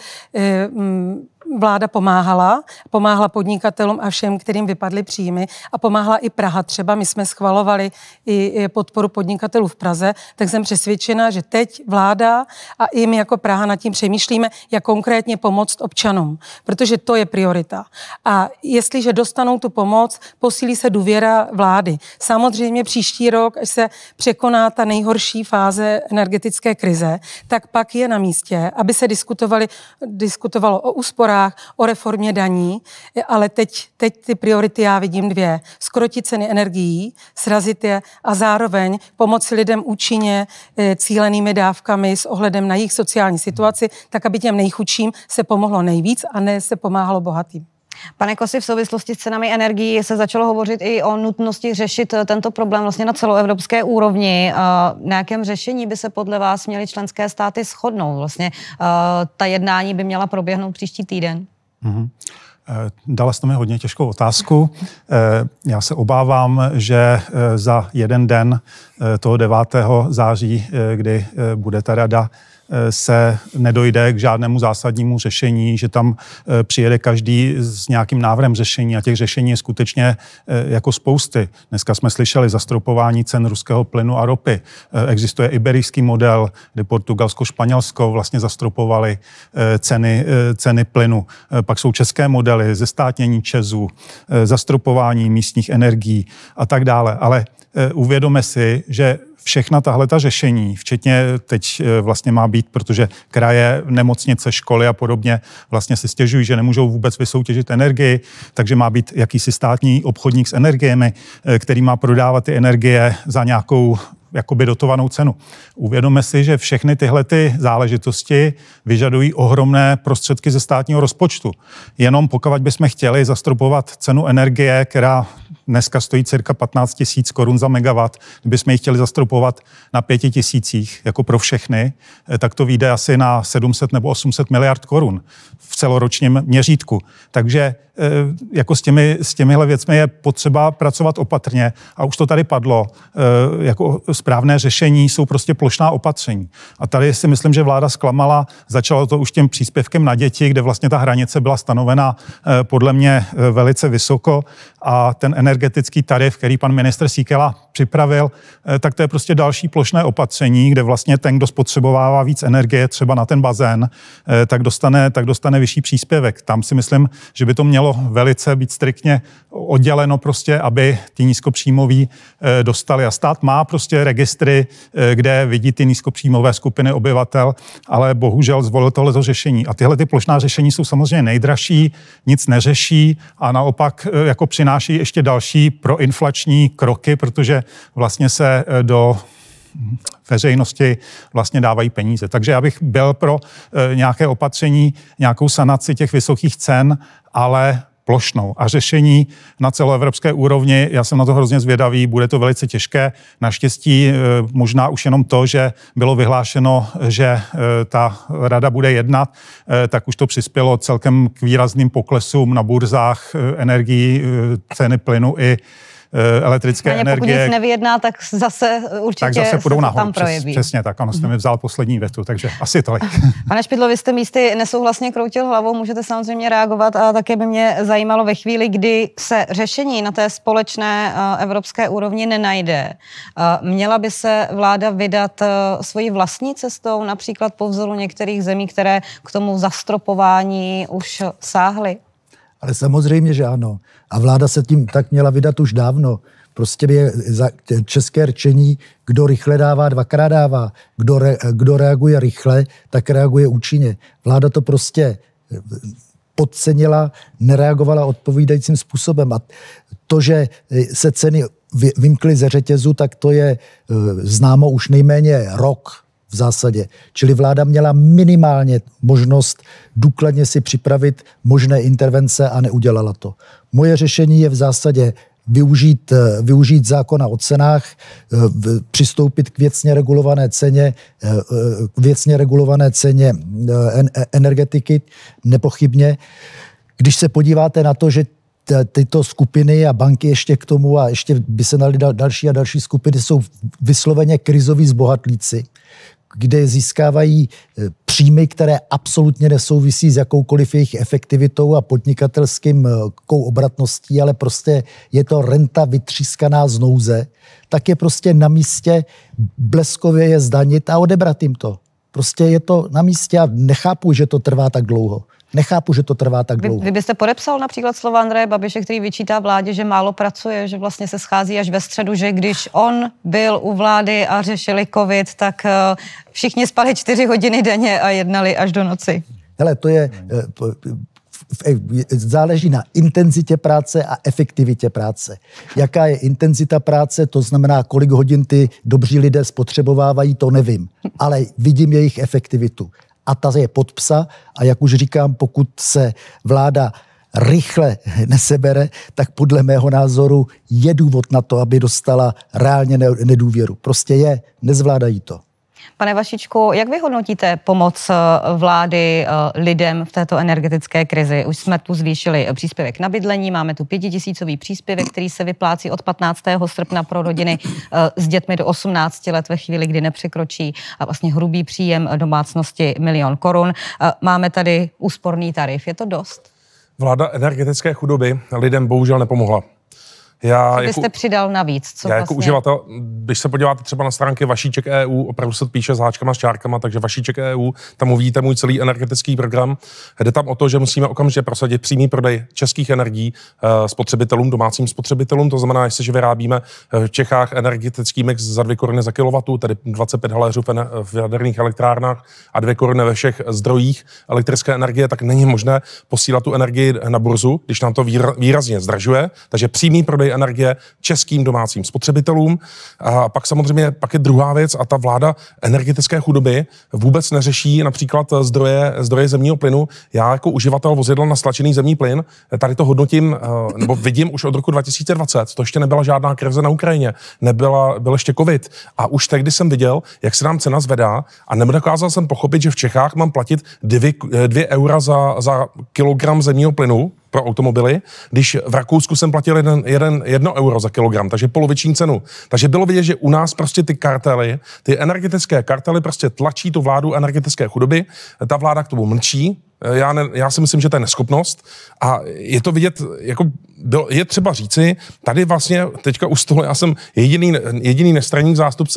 vláda pomáhala podnikatelům a všem, kterým vypadly příjmy a pomáhala i Praha. Třeba my jsme schvalovali i podporu podnikatelů v Praze, tak jsem přesvědčena, že teď vláda a i my jako Praha nad tím přemýšlíme, jak konkrétně pomoct občanům, protože to je priorita. A jestliže dostanou tu pomoc, posílí se důvěra vlády. Samozřejmě příští rok, až se překoná ta nejhorší fáze energetické krize, tak pak je na místě, aby se diskutovalo o úsporách, o reformě daní, ale teď ty priority já vidím 2. Zkrotit ceny energií, srazit je a zároveň pomoci lidem účinně cílenými dávkami s ohledem na jejich sociální situaci, tak aby těm nejchudším se pomohlo nejvíc a ne se pomáhalo bohatým. Pane Kosi, v souvislosti s cenami energií se začalo hovořit i o nutnosti řešit tento problém vlastně na celoevropské úrovni. Na jakém řešení by se podle vás měly členské státy shodnout? Vlastně ta jednání by měla proběhnout příští týden. Mm-hmm. Dala jste mi hodně těžkou otázku. Já se obávám, že za jeden den toho 9. září, kdy bude ta rada, se nedojde k žádnému zásadnímu řešení, že tam přijede každý s nějakým návrhem řešení a těch řešení je skutečně jako spousty. Dneska jsme slyšeli zastropování cen ruského plynu a ropy. Existuje iberijský model, kdy Portugalsko, Španělsko vlastně zastropovali ceny plynu. Pak jsou české modely, zestátnění ČEZu, zastropování místních energií a tak dále. Ale uvědomme si, že všechna tahleta řešení, včetně teď vlastně má být, protože kraje, nemocnice, školy a podobně vlastně si stěžují, že nemůžou vůbec vysoutěžit energii, takže má být jakýsi státní obchodník s energiemi, který má prodávat ty energie za nějakou jakoby dotovanou cenu. Uvědomme si, že všechny tyhle ty záležitosti vyžadují ohromné prostředky ze státního rozpočtu. Jenom pokud bychom chtěli zastropovat cenu energie, která dneska stojí cirka 15 000 korun za megawatt, kdybychom ji chtěli zastropovat na 5 000 jako pro všechny, tak to vyjde asi na 700 nebo 800 miliard korun v celoročním měřítku. Takže jako s těmihle věcmi je potřeba pracovat opatrně a už to tady padlo. Jako správné řešení jsou prostě plošná opatření. A tady si myslím, že vláda zklamala, začalo to už tím příspěvkem na děti, kde vlastně ta hranice byla stanovena podle mě velice vysoko a ten energetický tarif, který pan ministr Síkela připravil, tak to je prostě další plošné opatření, kde vlastně ten, kdo spotřebovává víc energie třeba na ten bazén, tak dostane vyšší příspěvek. Tam si myslím, že by to mělo velice být striktně odděleno prostě, aby ty nízkopříjmoví dostali. A stát má prostě registry, kde vidí ty nízkopříjmové skupiny obyvatel, ale bohužel zvolil tohleto řešení. A tyhle ty plošná řešení jsou samozřejmě nejdražší, nic neřeší a naopak jako přináší ještě další proinflační kroky, protože vlastně se do veřejnosti vlastně dávají peníze. Takže já bych byl pro nějaké opatření, nějakou sanaci těch vysokých cen, ale plošnou. A řešení na celoevropské úrovni, já jsem na to hrozně zvědavý, bude to velice těžké. Naštěstí možná už jenom to, že bylo vyhlášeno, že ta rada bude jednat, tak už to přispělo celkem k výrazným poklesům na burzách energií, ceny plynu i elektrické energie. Pokud nic nevyjedná, tak zase určitě tak zase půjdou nahoru, tam projeví. Přesně tak, ano, jste mi vzal poslední větu, takže asi tolik. Pane Špidlo, vy jste místy nesouhlasně kroutil hlavou, můžete samozřejmě reagovat a také by mě zajímalo ve chvíli, kdy se řešení na té společné evropské úrovni nenajde. Měla by se vláda vydat svojí vlastní cestou, například po vzoru některých zemí, které k tomu zastropování už sáhly? Ale samozřejmě, že ano. A vláda se tím tak měla vydat už dávno. Prostě je české rčení, kdo rychle dává, dvakrát dává. Kdo reaguje rychle, tak reaguje účinně. Vláda to prostě podcenila, nereagovala odpovídajícím způsobem. A to, že se ceny vymkly ze řetězu, tak to je známo už nejméně rok v zásadě. Čili vláda měla minimálně možnost důkladně si připravit možné intervence a neudělala to. Moje řešení je v zásadě využít zákona o cenách, přistoupit k věcně regulované ceně energetiky, nepochybně. Když se podíváte na to, že tyto skupiny a banky ještě k tomu a ještě by se dali další a další skupiny jsou vysloveně krizoví zbohatlíci, kde získávají příjmy, které absolutně nesouvisí s jakoukoliv jejich efektivitou a podnikatelskou obratností, ale prostě je to renta vytřískaná z nouze, tak je prostě na místě bleskově je zdanit a odebrat jim to. Prostě je to na místě a nechápu, že to trvá tak dlouho. Vy byste podepsal například slova Andreje Babiše, který vyčítá vládě, že málo pracuje, že vlastně se schází až ve středu, že když on byl u vlády a řešili covid, tak všichni spali 4 hodiny denně a jednali až do noci. Hele, to je... záleží na intenzitě práce a efektivitě práce. Jaká je intenzita práce, to znamená, kolik hodin ty dobří lidé spotřebovávají, to nevím. Ale vidím jejich efektivitu. A ta je pod psa a jak už říkám, pokud se vláda rychle nesebere, tak podle mého názoru je důvod na to, aby dostala reálně nedůvěru. Prostě nezvládají to. Pane Vašičku, jak vy hodnotíte pomoc vlády lidem v této energetické krizi? Už jsme tu zvýšili příspěvek na bydlení, máme tu 5 000 příspěvek, který se vyplácí od 15. srpna pro rodiny s dětmi do 18 let ve chvíli, kdy nepřekročí vlastně hrubý příjem domácnosti 1 000 000 korun. Máme tady úsporný tarif. Je to dost? Vláda energetické chudoby lidem bohužel nepomohla. Co byste přidal navíc? Já jako uživatel, když se podíváte třeba na stránky Vašíček EU, opravdu se píše s háčkama, s čárkama, takže Vašíček EU, tam uvidíte můj celý energetický program. Jde tam o to, že musíme okamžitě prosadit přímý prodej českých energií spotřebitelům, domácím spotřebitelům. To znamená, že vyrábíme v Čechách energetický mix za 2 koruny za kilowattu, tedy 25 haléřů v jaderných elektrárnách a 2 koruny ve všech zdrojích elektrické energie, tak není možné posílat tu energii na burzu, když nám to výrazně zdražuje. Takže přímý prodej energie českým domácím spotřebitelům. A pak samozřejmě pak je druhá věc a ta vláda energetické chudoby vůbec neřeší například zdroje zemního plynu. Já jako uživatel vozidla na stlačený zemní plyn tady to hodnotím, nebo vidím už od roku 2020. To ještě nebyla žádná krize na Ukrajině, byl ještě covid. A už tehdy jsem viděl, jak se nám cena zvedá a nedokázal jsem pochopit, že v Čechách mám platit 2 eura za kilogram zemního plynu pro automobily, když v Rakousku jsem platil 1 euro za kilogram, takže poloviční cenu. Takže bylo vidět, že u nás prostě ty kartely, ty energetické kartely prostě tlačí tu vládu energetické chudoby, ta vláda k tomu mlčí. Já si myslím, že to je neschopnost a je to vidět, jako je třeba říci, tady vlastně teďka u stolu já jsem jediný nestraník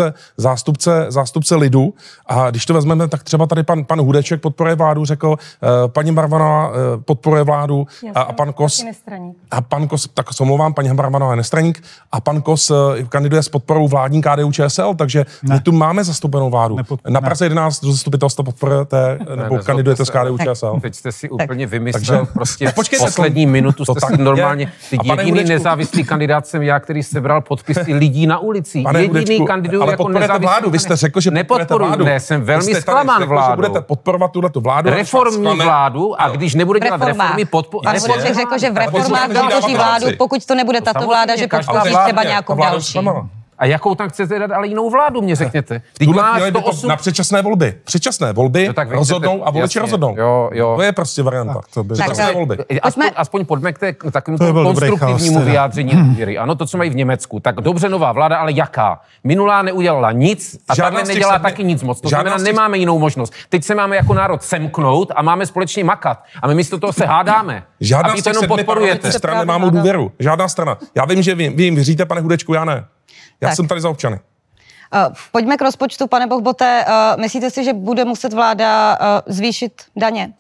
zástupce lidu a když to vezmeme, tak třeba tady pan Hudeček podporuje vládu, řekl, paní Marvanová podporuje vládu a pan Kos, tak se omlouvám, paní Marvanová je nestraník a pan Kos kandiduje s podporou vládní KDU ČSL, takže my tu máme zastoupenou vládu. Na Praze 11 do zastupitelstva podporujete nebo kandidujete s KDU ČSL. Teď jste si úplně vymyslel prostě poslední minutu jste si normálně. Jediný nezávislý kandidát jsem já, který sebral podpisy lidí na ulici. Jediný kandiduju jako nezávislý. Vládu. Vy jste řekl, že nepodporuji vládu. Ne, jsem velmi zklamán vládou. Budete podporovat tuhletu vládu. Reformní vládu a když nebude dělat reformy, Pane Vůdeček řekl, že v reformách podpoří vládu, pokud to nebude tato vláda, že podpoří třeba nějakou další. A jakou tam chcete dát, ale jinou vládu, mě řekněte. Na předčasné volby. Předčasné volby rozhodnou a voliči rozhodnou. Jo. To je prostě varianta. Předčasné volby. Aspoň pojďme k takovému konstruktivnímu vyjádření důvěry. Ano, to, co mají v Německu. Tak dobře, nová vláda, ale jaká? Minulá neudělala nic a tahle nedělá taky nic moc. To znamená, nemáme jinou možnost. Teď se máme jako národ semknout a máme společně makat. A my místo toho se hádáme. Žádná z těch 7 parlamentních stran nemá mou důvěru. Žádná strana. Já vím, že vy jim věříte, pane Hudečku, já ne. Já jsem tady za občany. Pojďme k rozpočtu, pane Bohbote. Myslíte si, že bude muset vláda zvýšit daně?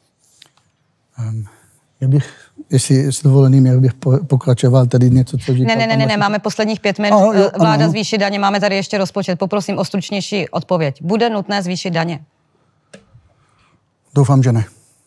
Já bych, jestli s dovoleným, jak bych pokračoval tady něco, co říkal. Ne, máme posledních 5 minut. Vláda zvýšit daně, máme tady ještě rozpočet. Poprosím o stručnější odpověď. Bude nutné zvýšit daně? Doufám, že ne.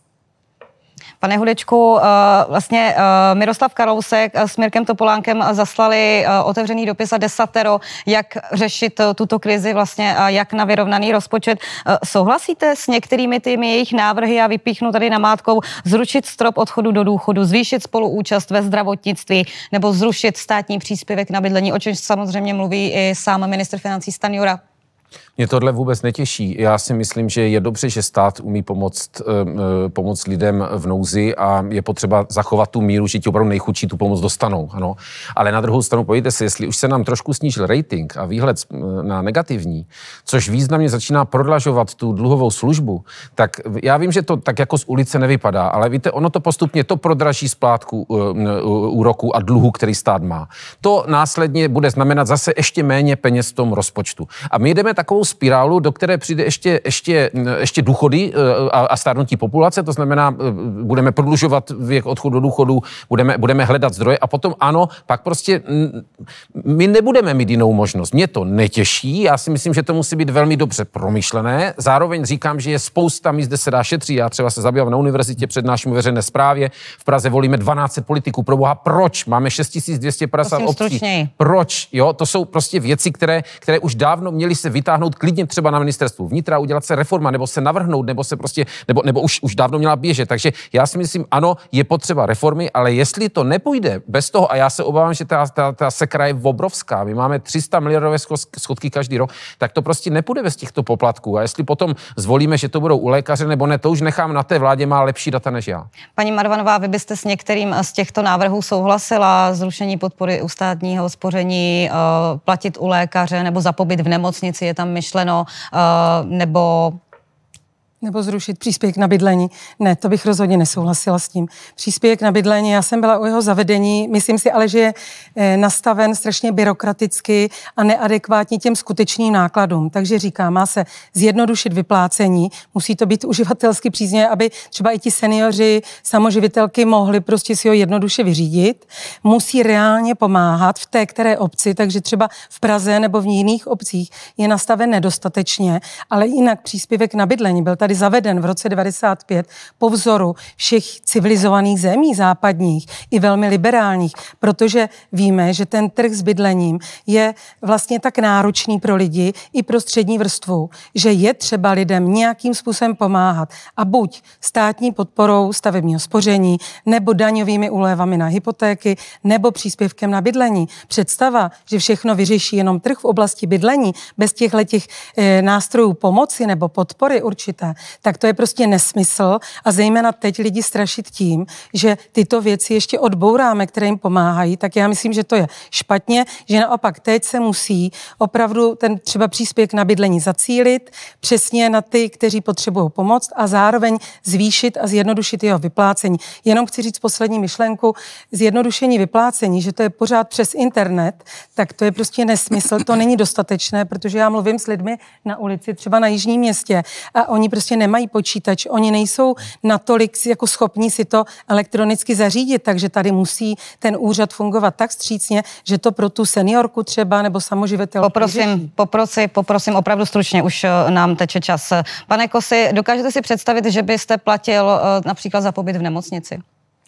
Pane Hudečku, vlastně Miroslav Kalousek s Mirkem Topolánkem zaslali otevřený dopis a desatero, jak řešit tuto krizi vlastně a jak na vyrovnaný rozpočet. Souhlasíte s některými těmi jejich návrhy a vypíchnu tady namátkou zrušit strop odchodu do důchodu, zvýšit spoluúčast ve zdravotnictví nebo zrušit státní příspěvek na bydlení, o čemž samozřejmě mluví i sám ministr financí Stanjura? Mě tohle vůbec netěší. Já si myslím, že je dobře, že stát umí pomoct lidem v nouzi a je potřeba zachovat tu míru, že ti opravdu nejchudší tu pomoc dostanou. Ano. Ale na druhou stranu, pojďte si, jestli už se nám trošku snížil rating a výhled na negativní, což významně začíná prodlažovat tu dluhovou službu, tak já vím, že to tak jako z ulice nevypadá, ale víte, ono to postupně to prodraží splátku úroku a dluhu, který stát má. To následně bude znamenat zase ještě méně peněz v tom rozpočtu. A my jdeme takovou spirálu, do které přijde ještě důchody a stárnutí populace, to znamená, budeme prodlužovat věk odchodu do důchodu, budeme hledat zdroje a potom ano, pak prostě my nebudeme mít jinou možnost. Mě to netěší, já si myslím, že to musí být velmi dobře promyšlené. Zároveň říkám, že je spousta míst, kde se dá šetřit. Já třeba se zabývám na univerzitě, přednáším veřejné správě. V Praze volíme 12 politiků. Proboha, proč? Máme 6250 obcí. Proč? Jo, to jsou prostě věci, které už dávno měly se vytáhnout klidně třeba na ministerstvu vnitra, udělat se reforma, nebo se navrhnout, nebo se prostě, nebo už dávno měla běžet. Takže já si myslím, ano, je potřeba reformy, ale jestli to nepůjde bez toho, a já se obávám, že ta sekra je obrovská, my máme 300 miliardové schodky každý rok, tak to prostě nepůjde bez těchto poplatků. A jestli potom zvolíme, že to budou u lékaře nebo ne, to už nechám na té vládě, má lepší data než já. Paní Marvanová, vy byste s některým z těchto návrhů souhlasila, zrušení podpory u státního spoření, platit u lékaře nebo zapobyt v nemocnici, je tam myšleno, nebo Nebo zrušit příspěvek na bydlení. Ne, to bych rozhodně nesouhlasila s tím. Příspěvek na bydlení, já jsem byla u jeho zavedení, myslím si ale, že je nastaven strašně byrokraticky a neadekvátně těm skutečným nákladům. Takže říkám, má se zjednodušit vyplácení, musí to být uživatelsky příznivé, aby třeba i ti seniori, samoživitelky mohli prostě si ho jednoduše vyřídit. Musí reálně pomáhat v té které obci, takže třeba v Praze nebo v jiných obcích je nastaven nedostatečně, ale jinak příspěvek na bydlení byl tady zaveden v roce 1995 po vzoru všech civilizovaných zemí západních i velmi liberálních, protože víme, že ten trh s bydlením je vlastně tak náročný pro lidi i pro střední vrstvu, že je třeba lidem nějakým způsobem pomáhat a buď státní podporou stavebního spoření, nebo daňovými úlevami na hypotéky, nebo příspěvkem na bydlení. Představa, že všechno vyřeší jenom trh v oblasti bydlení bez těchto nástrojů pomoci nebo podpory určité, tak to je prostě nesmysl a zejména teď lidi strašit tím, že tyto věci ještě odbouráme, které jim pomáhají, tak já myslím, že to je špatně, že naopak teď se musí opravdu ten třeba příspěvek na bydlení zacílit přesně na ty, kteří potřebují pomoc a zároveň zvýšit a zjednodušit jeho vyplácení. Jenom chci říct poslední myšlenku, zjednodušení vyplácení, že to je pořád přes internet, tak to je prostě nesmysl, to není dostatečné, protože já mluvím s lidmi na ulici, třeba na Jižním Městě a oni prostě nemají počítač, oni nejsou natolik jako schopní si to elektronicky zařídit, takže tady musí ten úřad fungovat tak vstřícně, že to pro tu seniorku třeba nebo samoživitelku Poprosím opravdu stručně, už nám teče čas. Pane Kosi, dokážete si představit, že byste platil například za pobyt v nemocnici?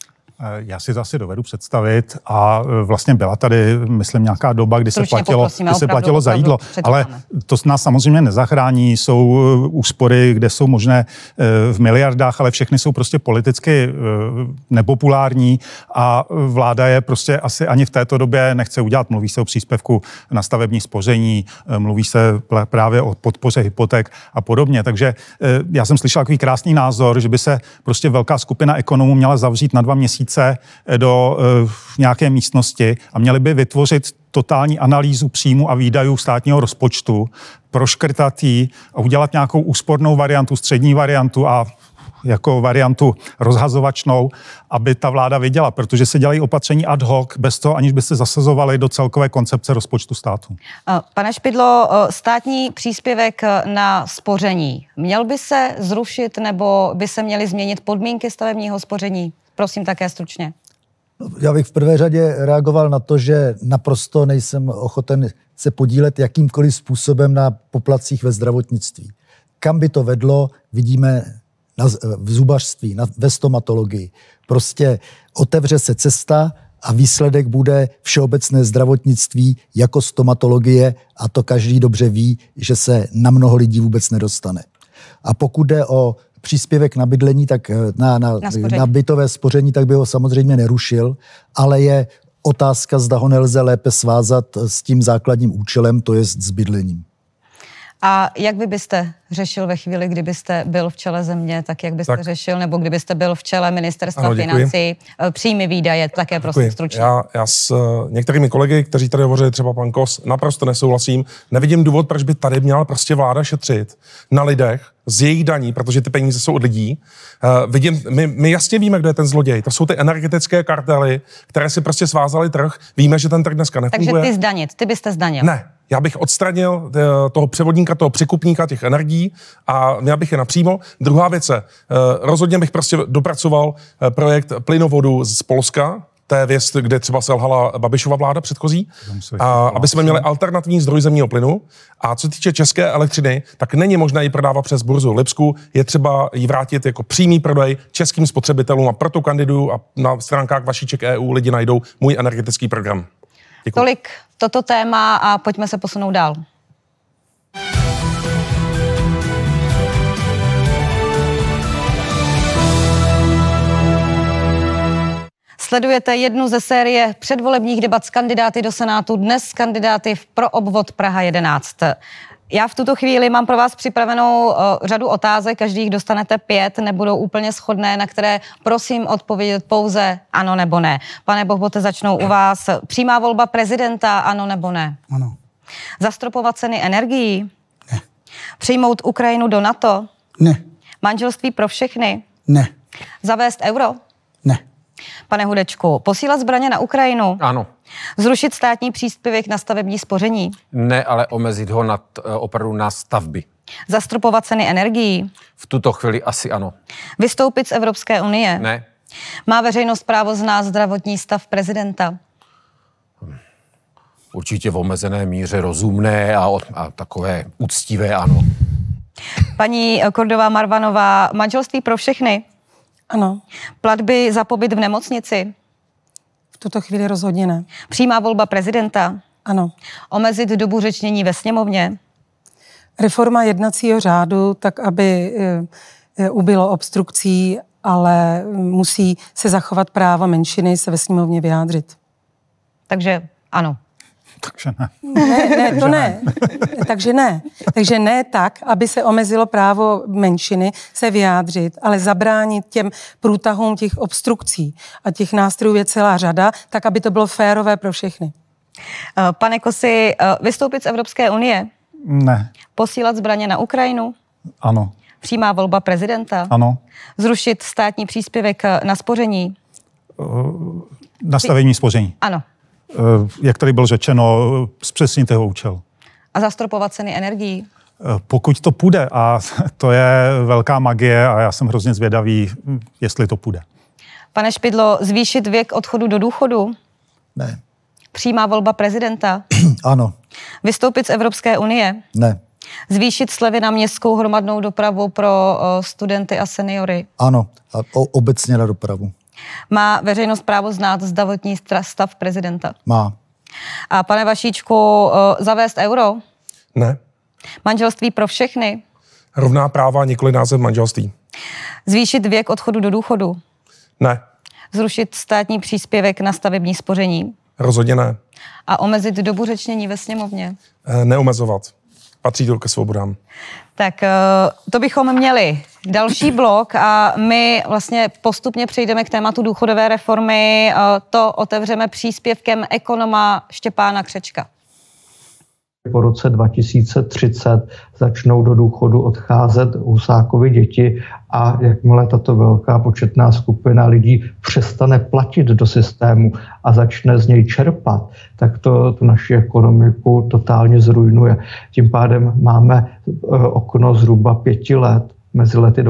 Já si to asi dovedu představit a vlastně byla tady, myslím, nějaká doba, kdy se platilo za jídlo, ale to nás samozřejmě nezachrání. Jsou úspory, kde jsou možné v miliardách, ale všechny jsou prostě politicky nepopulární a vláda je prostě asi ani v této době nechce udělat. Mluví se o příspěvku na stavební spoření, mluví se právě o podpoře hypoték a podobně. Takže já jsem slyšel takový krásný názor, že by se prostě velká skupina ekonomů měla zavřít na 2 měsíce do nějaké místnosti a měli by vytvořit totální analýzu příjmu a výdajů státního rozpočtu, proškrtat ji a udělat nějakou úspornou variantu, střední variantu a jako variantu rozhazovačnou, aby ta vláda věděla, protože se dělají opatření ad hoc, bez toho, aniž by se zasazovali do celkové koncepce rozpočtu státu. Pane Špidlo, státní příspěvek na spoření, měl by se zrušit nebo by se měly změnit podmínky stavebního spoření? Prosím také stručně. Já bych v prvé řadě reagoval na to, že naprosto nejsem ochoten se podílet jakýmkoliv způsobem na poplatcích ve zdravotnictví. Kam by to vedlo, vidíme v zubařství, ve stomatologii. Prostě otevře se cesta a výsledek bude všeobecné zdravotnictví jako stomatologie a to každý dobře ví, že se na mnoho lidí vůbec nedostane. A pokud jde o příspěvek na bydlení, tak na bytové spoření, tak by ho samozřejmě nerušil, ale je otázka, zda ho nelze lépe svázat s tím základním účelem, to je s bydlením. A jak vy byste řešil ve chvíli, kdybyste byl v čele země, tak jak byste řešil, nebo kdybyste byl v čele ministerstva financí, příjmy, výdaje, také prosím stručně. Já s některými kolegy, kteří tady hovořili, třeba pan Kos, naprosto nesouhlasím. Nevidím důvod, proč by tady měla prostě vláda šetřit na lidech z jejich daní, protože ty peníze jsou od lidí. My jasně víme, kdo je ten zloděj. To jsou ty energetické kartely, které si prostě svázaly trh. Víme, že ten trh dneska nefunguje. Takže ty byste zdanil. Ne. Já bych odstranil toho převodníka, toho překupníka těch energií a měl bych je napřímo. Druhá věc je, rozhodně bych prostě dopracoval projekt plynovodu z Polska, to je věc, kde třeba selhala Babišova vláda předchozí, a aby jsme měli alternativní zdroj zemního plynu. A co se týče české elektřiny, tak není možné ji prodávat přes burzu Lipsku, je třeba ji vrátit jako přímý prodej českým spotřebitelům a proto kandiduju a na stránkách Vašíček EU lidi najdou můj energetický program. Děkuji. Tolik toto téma a pojďme se posunout dál. Sledujete jednu ze série předvolebních debat s kandidáty do Senátu, dnes s kandidáty pro obvod Praha 11. Já v tuto chvíli mám pro vás připravenou řadu otázek, každý jich dostanete 5, nebudou úplně shodné, na které prosím odpovědět pouze ano nebo ne. Pane Bohbote, začnou u vás. Přímá volba prezidenta, ano nebo ne? Ano. Zastropovat ceny energií? Ne. Přijmout Ukrajinu do NATO? Ne. Manželství pro všechny? Ne. Zavést euro? Ne. Pane Hudečku, posílat zbraně na Ukrajinu? Ano. Zrušit státní příspěvek na stavební spoření? Ne, ale omezit ho opravdu na stavby. Zastropovat ceny energií? V tuto chvíli asi ano. Vystoupit z Evropské unie? Ne. Má veřejnost právo znát zdravotní stav prezidenta? Určitě v omezené míře rozumné a takové úctivé ano. Paní Kordová Marvanová, manželství pro všechny? Ano, Platby za pobyt v nemocnici? v tuto chvíli rozhodně ne. Přímá volba prezidenta? Ano. Omezit dobu řečnění ve sněmovně? Reforma jednacího řádu, tak aby ubylo obstrukcí, ale musí se zachovat práva menšiny se ve sněmovně vyjádřit. Takže ano. Takže ne. Ne, to ne. Takže ne. Takže ne tak, aby se omezilo právo menšiny se vyjádřit, ale zabránit těm průtahům těch obstrukcí. A těch nástrojů je celá řada, tak, aby to bylo férové pro všechny. Pane Kosi, vystoupit z Evropské unie? Ne. Posílat zbraně na Ukrajinu? Ano. Přímá volba prezidenta? Ano. Zrušit státní příspěvek na spoření? Nastavení spoření. Ano. Jak tady bylo řečeno, zpřesnit jeho účel. A zastropovat ceny energií? Pokud to půjde, a to je velká magie a já jsem hrozně zvědavý, jestli to půjde. Pane Špidlo, zvýšit věk odchodu do důchodu? Ne. Přímá volba prezidenta? Ano. Vystoupit z Evropské unie? Ne. Zvýšit slevy na městskou hromadnou dopravu pro studenty a seniory? Ano. A obecně na dopravu. Má veřejnost právo znát zdravotní stav prezidenta? Má. A pane Vašíčku, zavést euro? Ne. Manželství pro všechny? Rovná práva, nikoli název manželství. Zvýšit věk odchodu do důchodu? Ne. Zrušit státní příspěvek na stavební spoření? Rozhodně ne. A omezit dobu řečnění ve sněmovně? Neomezovat. Patří to ke svobodám. Tak to bychom měli další blok a my vlastně postupně přejdeme k tématu důchodové reformy. To otevřeme příspěvkem ekonoma Štěpána Křečka. Po roce 2030 začnou do důchodu odcházet Husákovy děti a jakmile tato velká početná skupina lidí přestane platit do systému a začne z něj čerpat, tak to tu naši ekonomiku totálně zrujnuje. Tím pádem máme okno zhruba 5 let mezi lety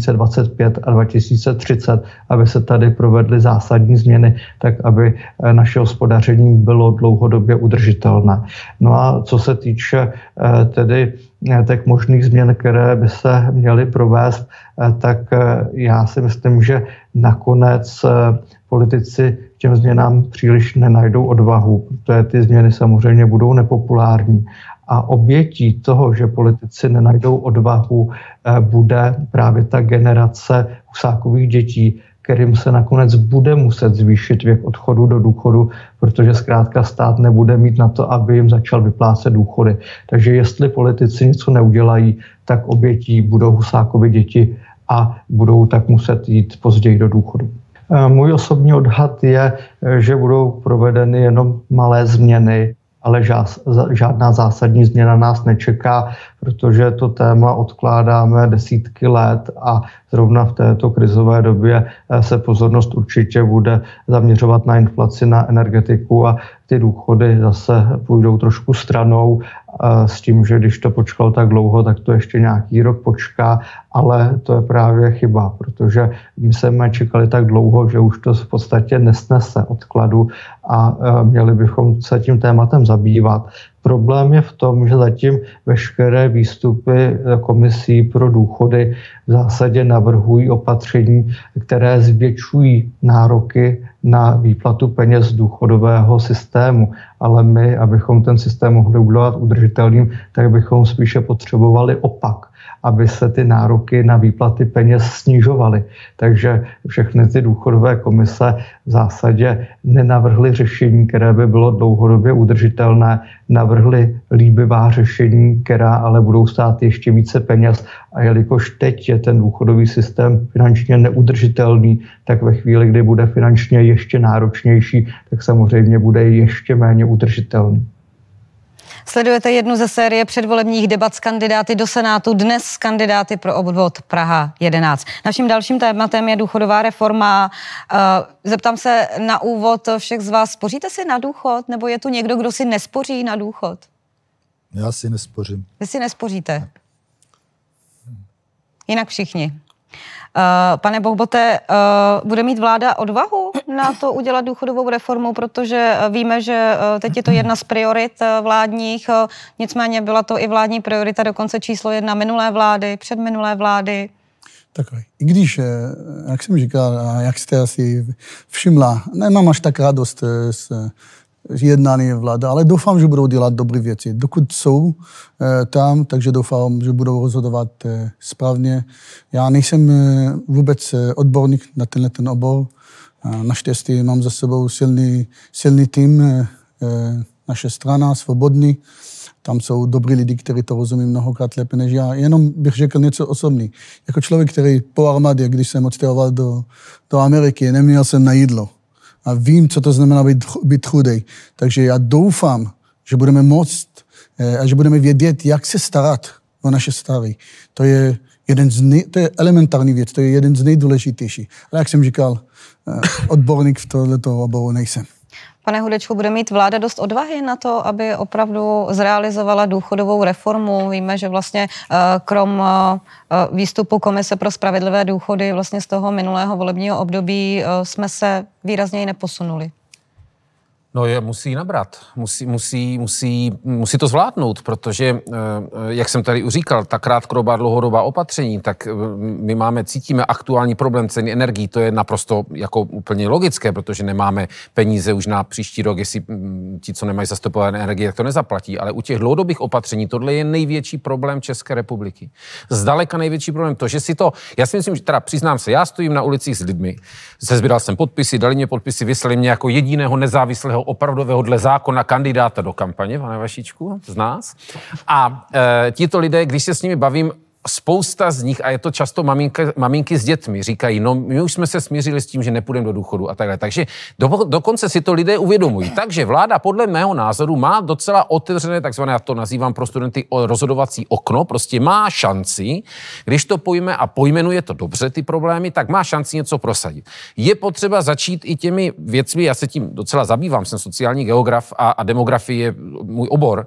2025 a 2030, aby se tady provedly zásadní změny, tak aby naše hospodaření bylo dlouhodobě udržitelné. No a co se týče tedy těch možných změn, které by se měly provést, tak já si myslím, že nakonec politici těm změnám příliš nenajdou odvahu, protože ty změny samozřejmě budou nepopulární. A obětí toho, že politici nenajdou odvahu, bude právě ta generace Husákových dětí, kterým se nakonec bude muset zvýšit věk odchodu do důchodu, protože zkrátka stát nebude mít na to, aby jim začal vyplácet důchody. Takže jestli politici něco neudělají, tak obětí budou Husákovy děti a budou tak muset jít později do důchodu. Můj osobní odhad je, že budou provedeny jenom malé změny, ale žádná zásadní změna nás nečeká, protože to téma odkládáme desítky let a zrovna v této krizové době se pozornost určitě bude zaměřovat na inflaci, na energetiku a ty důchody zase půjdou trošku stranou s tím, že když to počkalo tak dlouho, tak to ještě nějaký rok počká, ale to je právě chyba, protože my jsme čekali tak dlouho, že už to v podstatě nesnese odkladu a měli bychom se tím tématem zabývat. Problém je v tom, že zatím veškeré výstupy komisí pro důchody v zásadě navrhují opatření, které zvětšují nároky na výplatu peněz z důchodového systému. Ale my, abychom ten systém mohli udělat udržitelným, tak bychom spíše potřebovali opak, aby se ty nároky na výplaty peněz snižovaly. Takže všechny ty důchodové komise v zásadě nenavrhly řešení, které by bylo dlouhodobě udržitelné, navrhly líbivá řešení, která ale budou stát ještě více peněz. A jelikož teď je ten důchodový systém finančně neudržitelný, tak ve chvíli, kdy bude finančně ještě náročnější, tak samozřejmě bude ještě méně udržitelný. Sledujete jednu ze série předvolebních debat s kandidáty do Senátu, dnes s kandidáty pro obvod Praha 11. Naším dalším tématem je důchodová reforma. Zeptám se na úvod všech z vás, spoříte si na důchod, nebo je tu někdo, kdo si nespoří na důchod? Já si nespořím. Vy si nespoříte? Jinak všichni. Pane Bohbote, bude mít vláda odvahu na to udělat důchodovou reformu, protože víme, že teď je to jedna z priorit vládních, nicméně byla to i vládní priorita, dokonce číslo 1 minulé vlády, předminulé vlády. Takhle. I když, jak jsem říkal, jak jste asi všimla, nemám až tak radost z jednání vláda, ale doufám, že budou dělat dobré věci. Dokud jsou tam, takže doufám, že budou rozhodovat správně. Já nejsem vůbec odborník na ten obor. Naštěstí mám za sebou silný tým, naše strana, Svobodný. Tam jsou dobrý lidi, kteří to rozumí mnohokrát lépe než já. Jenom bych řekl něco osobní. Jako člověk, který po armádě, když jsem odstěhoval do Ameriky, neměl jsem na jídlo. A vím, co to znamená být chudej. Takže já doufám, že budeme moct a že budeme vědět, jak se starat o naše staré. To je to je elementární věc, to je jeden z nejdůležitějších. Ale jak jsem říkal, odborník v tohleto oboru nejsem. Pane Hudečku, bude mít vláda dost odvahy na to, aby opravdu zrealizovala důchodovou reformu? Víme, že vlastně krom výstupu Komise pro spravedlivé důchody vlastně z toho minulého volebního období jsme se výrazněji neposunuli. No je musí nabrat, musí to zvládnout, protože, jak jsem tady už říkal, ta krátkodobá, dlouhodobá opatření, tak my cítíme aktuální problém ceny energií, to je naprosto jako úplně logické, protože nemáme peníze už na příští rok, jestli ti, co nemají zastupované energie, tak to nezaplatí, ale u těch dlouhodobých opatření tohle je největší problém České republiky. Zdaleka největší problém to, že já si myslím, že teda přiznám se, já stojím na ulicích s lidmi, sesbíral jsem podpisy, dali mě podpisy, vyslali mě jako jediného nezávislého opravdového dle zákona kandidáta do kampaně, pane Vašičku, z nás. A tito lidé, když se s nimi bavím, spousta z nich, a je to často maminky s dětmi, říkají, no my už jsme se smířili s tím, že nepůjdeme do důchodu a takhle. Takže dokonce si to lidé uvědomují. Takže vláda podle mého názoru má docela otevřené, takzvané, já to nazývám pro studenty rozhodovací okno, prostě má šanci, když to pojme a pojmenuje to dobře ty problémy, tak má šanci něco prosadit. Je potřeba začít i těmi věcmi, já se tím docela zabývám, jsem sociální geograf a demografie je můj obor.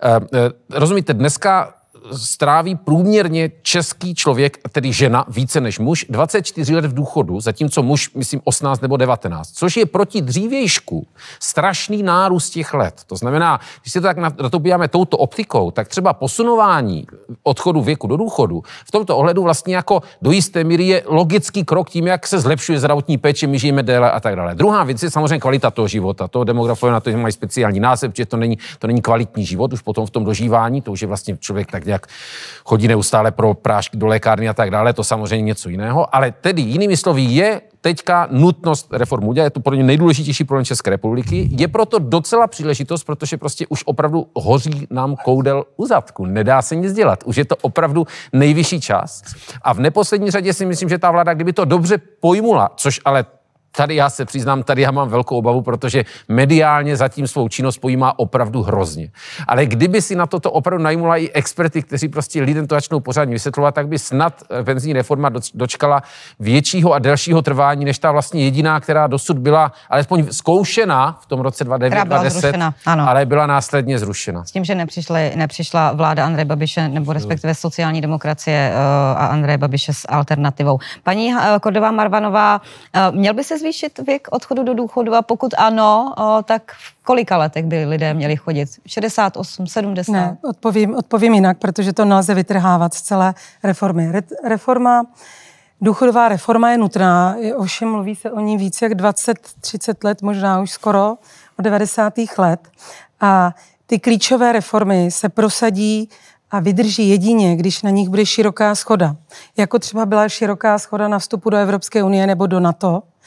Rozumíte, dneska stráví průměrně český člověk, tedy žena, více než muž, 24 let v důchodu, zatímco muž, myslím, 18 nebo 19, což je proti dřívějšku strašný nárůst těch let. To znamená, když se to tak na to podíváme touto optikou, tak třeba posunování odchodu věku do důchodu v tomto ohledu vlastně jako do jisté míry je logický krok tím, jak se zlepšuje zdravotní péče, my žijeme déle a tak dále. Druhá věc je samozřejmě kvalita toho života. To demografové na to mají speciální název, že to není kvalitní život, už potom v tom dožívání, to už je vlastně člověk tak nějak chodí neustále pro prášky do lékárny a tak dále, to samozřejmě něco jiného, ale tedy jinými slovy je teďka nutnost reformu udělat, je to pro ně nejdůležitější problém České republiky, je proto docela příležitost, protože prostě už opravdu hoří nám koudel u zadku, nedá se nic dělat, už je to opravdu nejvyšší čas a v neposlední řadě si myslím, že ta vláda, kdyby to dobře pojmula, což ale tady já se přiznám, tady já mám velkou obavu, protože mediálně zatím svou činnost pojímá opravdu hrozně. Ale kdyby si na toto opravdu najmula i experty, kteří prostě lidem to začnou pořádně vysvětlovat, tak by snad penzijní reforma dočkala většího a delšího trvání, než ta vlastně jediná, která dosud byla alespoň zkoušená v tom roce 2009-2010, ale byla následně zrušena. S tím, že nepřišla vláda Andreje Babiše, nebo respektive sociální demokracie a Andreje Babiše s alternativou. Paní Kordová Marvanová, měl by se zvýšit věk odchodu do důchodu a pokud ano, tak v kolika letech by lidé měli chodit? 68, 70? Ne, odpovím jinak, protože to nelze vytrhávat z celé reformy. Důchodová reforma je nutná, ovšem mluví se o ní víc jak 20-30 let, možná už skoro od 90. let. A ty klíčové reformy se prosadí a vydrží jedině, když na nich bude široká shoda. Jako třeba byla široká shoda na vstupu do Evropské unie nebo do NATO,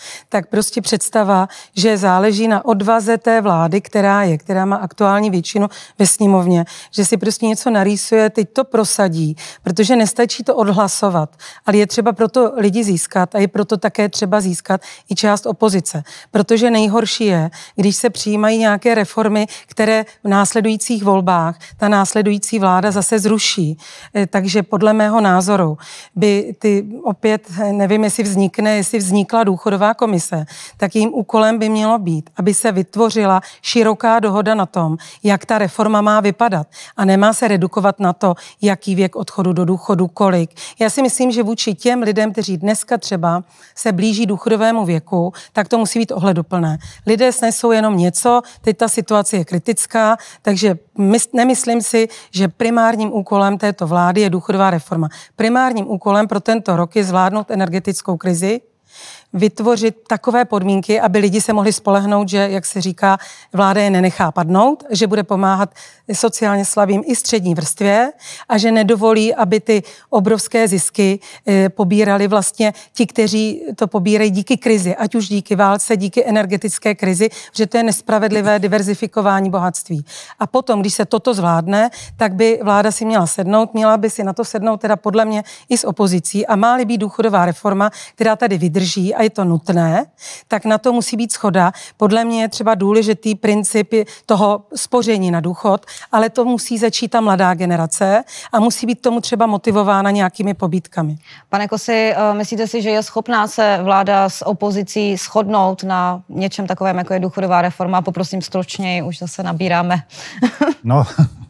tak prostě představa, že záleží na odvaze té vlády, která má aktuální většinu ve sněmovně, že si prostě něco narýsuje, teď to prosadí, protože nestačí to odhlasovat, ale je třeba proto lidi získat a je proto také třeba získat i část opozice, protože nejhorší je, když se přijímají nějaké reformy, které v následujících volbách ta následující vláda zase zruší. Takže podle mého názoru by opět, nevím, jestli vznikla důchodová komise, tak jejím úkolem by mělo být, aby se vytvořila široká dohoda na tom, jak ta reforma má vypadat. A nemá se redukovat na to, jaký věk odchodu do důchodu, kolik. Já si myslím, že vůči těm lidem, kteří dneska třeba se blíží důchodovému věku, tak to musí být ohleduplné. Lidé snesou jenom něco, teď ta situace je kritická, takže nemyslím si, že primárním úkolem této vlády je důchodová reforma. Primárním úkolem pro tento rok je zvládnout energetickou krizi, vytvořit takové podmínky, aby lidi se mohli spolehnout, že, jak se říká, vláda je nenechá padnout, že bude pomáhat sociálně slabým i střední vrstvě a že nedovolí, aby ty obrovské zisky pobírali vlastně ti, kteří to pobírají díky krizi, ať už díky válce, díky energetické krizi, že to je nespravedlivé diverzifikování bohatství. A potom, když se toto zvládne, tak by vláda si měla by si na to sednout teda podle mě i s opozicí a má-li být důchodová reforma, která tady vydrží a je to nutné, tak na to musí být shoda. Podle mě je třeba důležitý princip toho spoření na důchod, ale to musí začít ta mladá generace a musí být tomu třeba motivována nějakými pobídkami. Pane Kosi, myslíte si, že je schopná se vláda s opozicí shodnout na něčem takovém, jako je důchodová reforma? Poprosím stručněji, už zase nabíráme. No,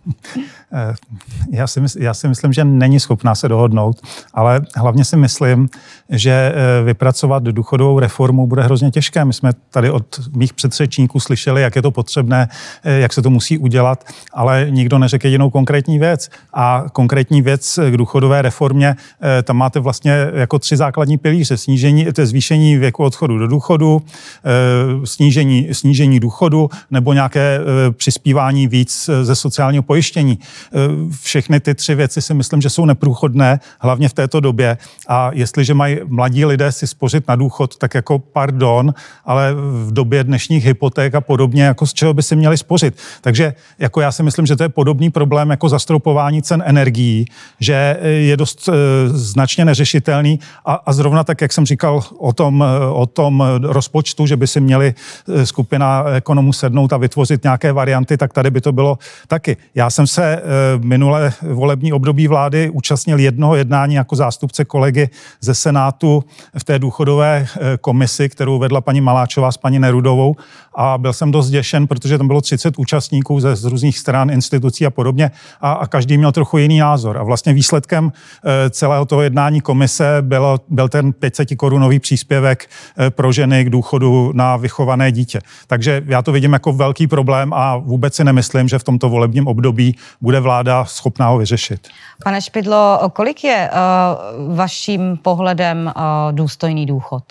já si myslím, že není schopná se dohodnout, ale hlavně si myslím, že vypracovat důchodovou reformu bude hrozně těžké. My jsme tady od mých předřečníků slyšeli, jak je to potřebné, jak se to musí udělat, ale nikdo neřekl jedinou konkrétní věc. A konkrétní věc k důchodové reformě, tam máte vlastně jako 3 základní pilíře. Zvýšení věku odchodu do důchodu, snížení důchodu nebo nějaké přispívání víc ze sociálního pojištění. Všechny ty 3 věci si myslím, že jsou neprůchodné, hlavně v této době. A jestliže mají mladí lidé si spořit na důchod, tak jako pardon, ale v době dnešních hypoték a podobně, jako z čeho by si měli spořit. Takže jako já si myslím, že to je podobný problém jako zastropování cen energií, že je dost značně neřešitelný a zrovna tak, jak jsem říkal o tom rozpočtu, že by si měli skupina ekonomů sednout a vytvořit nějaké varianty, tak tady by to bylo taky. Já jsem se minulé volební období vlády účastnil jednoho jednání jako zástupce kolegy ze Senátu v té důchodové komisi, kterou vedla paní Maláčová s paní Nerudovou a byl jsem dost zděšen, protože tam bylo 30 účastníků z různých stran, institucí a podobně a každý měl trochu jiný názor. A vlastně výsledkem celého toho jednání komise byl ten 500 korunový příspěvek pro ženy k důchodu na vychované dítě. Takže já to vidím jako velký problém a vůbec si nemyslím, že v tomto volebním období bude vláda schopná ho vyřešit. Pane Špidlo, kolik je vaším pohledem důstojný důchod?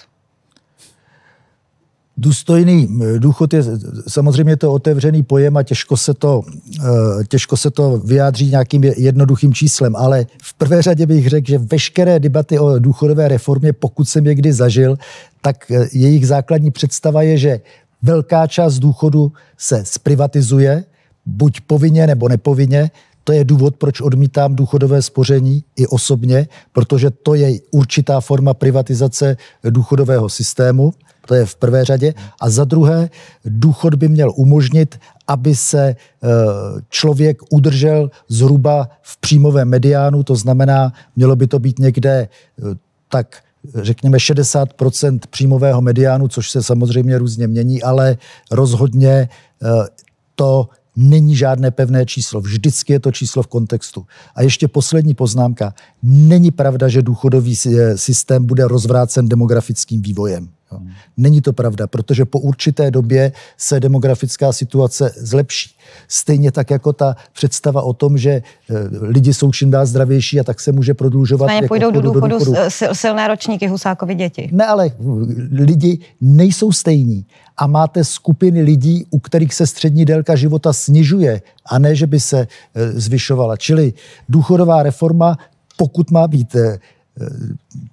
Důstojný důchod je samozřejmě to otevřený pojem a těžko se to vyjádří nějakým jednoduchým číslem, ale v prvé řadě bych řekl, že veškeré debaty o důchodové reformě, pokud jsem je kdy zažil, tak jejich základní představa je, že velká část důchodu se zprivatizuje, buď povinně nebo nepovinně. To je důvod, proč odmítám důchodové spoření i osobně, protože to je určitá forma privatizace důchodového systému. To je v prvé řadě. A za druhé, důchod by měl umožnit, aby se člověk udržel zhruba v příjmovém mediánu, to znamená, mělo by to být někde tak řekněme 60% příjmového mediánu, což se samozřejmě různě mění, ale rozhodně to není žádné pevné číslo. Vždycky je to číslo v kontextu. A ještě poslední poznámka. Není pravda, že důchodový systém bude rozvrácen demografickým vývojem. Není to pravda, protože po určité době se demografická situace zlepší. Stejně tak jako ta představa o tom, že lidi jsou čím dál zdravější a tak se může prodlužovat. Stejně půjdou do důchodu silné ročníky, Husákovy děti. Ne, ale lidi nejsou stejní. A máte skupiny lidí, u kterých se střední délka života snižuje, a ne, že by se zvyšovala. Čili důchodová reforma, pokud má být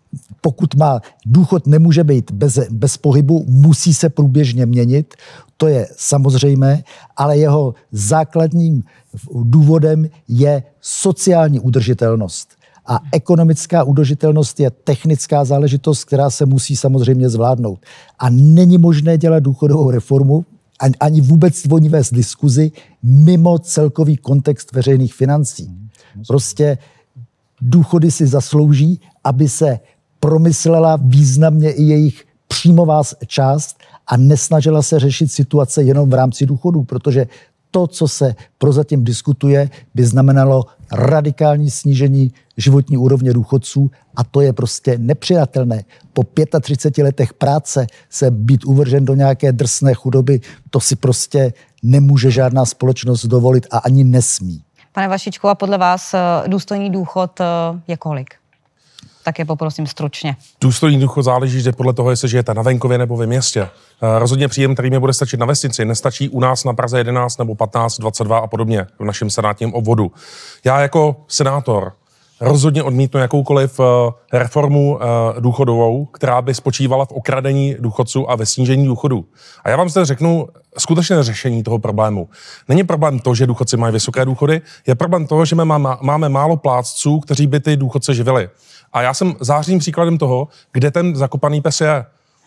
pokud má důchod, nemůže být bez pohybu, musí se průběžně měnit, to je samozřejmé, ale jeho základním důvodem je sociální udržitelnost. A ekonomická udržitelnost je technická záležitost, která se musí samozřejmě zvládnout. A není možné dělat důchodovou reformu, ani vůbec o ní vést diskuzi mimo celkový kontext veřejných financí. Prostě důchody si zaslouží, aby se promyslela významně i jejich příjmová část a nesnažila se řešit situace jenom v rámci důchodů, protože to, co se prozatím diskutuje, by znamenalo radikální snížení životní úrovně důchodců a to je prostě nepřijatelné. Po 35 letech práce se být uvržen do nějaké drsné chudoby, to si prostě nemůže žádná společnost dovolit a ani nesmí. Pane Vašíčku, a podle vás důstojný důchod je kolik? Tak je poprosím stručně. Důstojný důchod záleží, že podle toho, jestli žijete na venkově nebo ve městě. Rozhodně příjem, který mi bude stačit na vesnici, nestačí u nás na Praze 11 nebo 15, 22 a podobně v našem senátním obvodu. Já jako senátor rozhodně odmítnu jakoukoliv reformu důchodovou, která by spočívala v okradení důchodců a ve snížení důchodů. A já vám zde řeknu skutečné řešení toho problému. Není problém to, že důchodci mají vysoké důchody, je problém toho, že máme málo plátců, kteří by ty důchodce živili. A já jsem zářným příkladem toho, kde ten zakopaný pes je.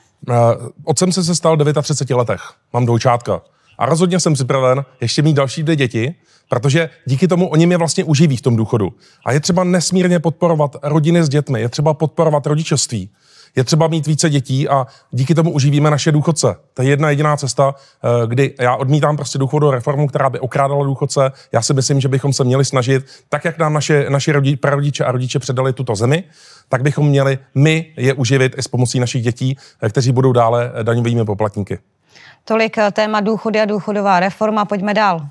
Otcem se stal v 39 letech. Mám dvojčátka. A rozhodně jsem připraven ještě mít další 2 děti, protože díky tomu oni mě vlastně uživí v tom důchodu. A je třeba nesmírně podporovat rodiny s dětmi, je třeba podporovat rodičovství, je třeba mít více dětí a díky tomu uživíme naše důchodce. To je jedna jediná cesta, kdy já odmítám prostě důchodovou reformu, která by okrádala důchodce. Já si myslím, že bychom se měli snažit, tak jak nám naši prarodiče a rodiče předali tuto zemi, tak bychom měli my je uživit i s pomocí našich dětí, kteří budou dále daňovými poplatníky. Tolik téma důchody a důchodová reforma. Pojďme dál.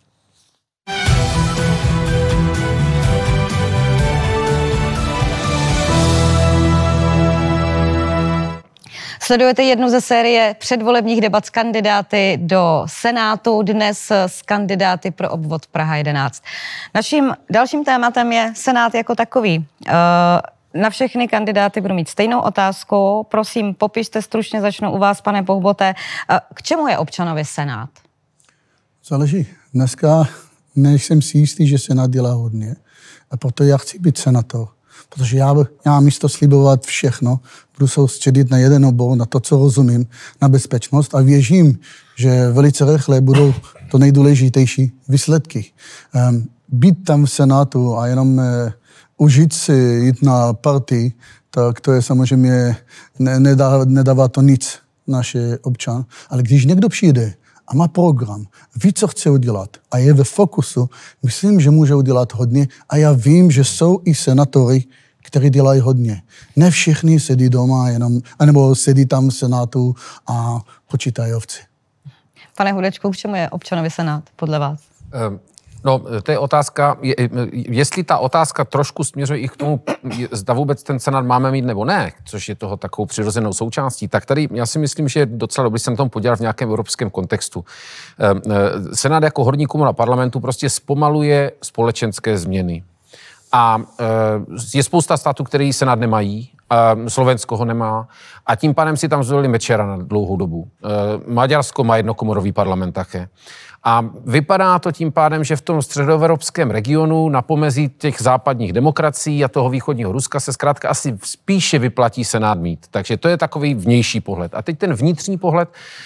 Sledujete jednu ze série předvolebních debat s kandidáty do Senátu, dnes s kandidáty pro obvod Praha 11. Naším dalším tématem je Senát jako takový. Na všechny kandidáty budu mít stejnou otázku. Prosím, popište stručně, začnu u vás, pane Bohbote. K čemu je občanovi Senát? Záleží. Dneska nejsem si jistý, že Senát dělá hodně. A proto já chci být senátor. Protože já místo slibovat všechno, budu soustředit na jeden obor, na to, co rozumím, na bezpečnost a věřím, že velice rychle budou to nejdůležitější výsledky. Být tam v Senátu a jenom užít si, jít na party, tak to je samozřejmě, nedává to nic naše občan. Ale když někdo přijde a má program, ví, co chce udělat a je ve fokusu, myslím, že může udělat hodně a já vím, že jsou i senátory, kteří dělají hodně. Ne všichni sedí doma jenom, anebo sedí tam v Senátu a počítají ovci. Pane Hudečku, k čemu je občanovi Senát podle vás? No, to je otázka, jestli ta otázka trošku směřuje i k tomu, zda vůbec ten Senát máme mít nebo ne, což je toho takovou přirozenou součástí, tak tady já si myslím, že je docela dobrý se na tom podívat v nějakém evropském kontextu. Senát jako horní komora parlamentu prostě zpomaluje společenské změny. A je spousta států, který Senát nemají, Slovensko ho nemá a tím pádem si tam zvolili Mečiara na dlouhou dobu. Maďarsko má jednokomorový parlament také. A vypadá to tím pádem, že v tom středoevropském regionu na pomezí těch západních demokracií a toho východního Ruska se zkrátka asi spíše vyplatí Senát mít. Takže to je takový vnější pohled. A teď ten vnitřní pohled.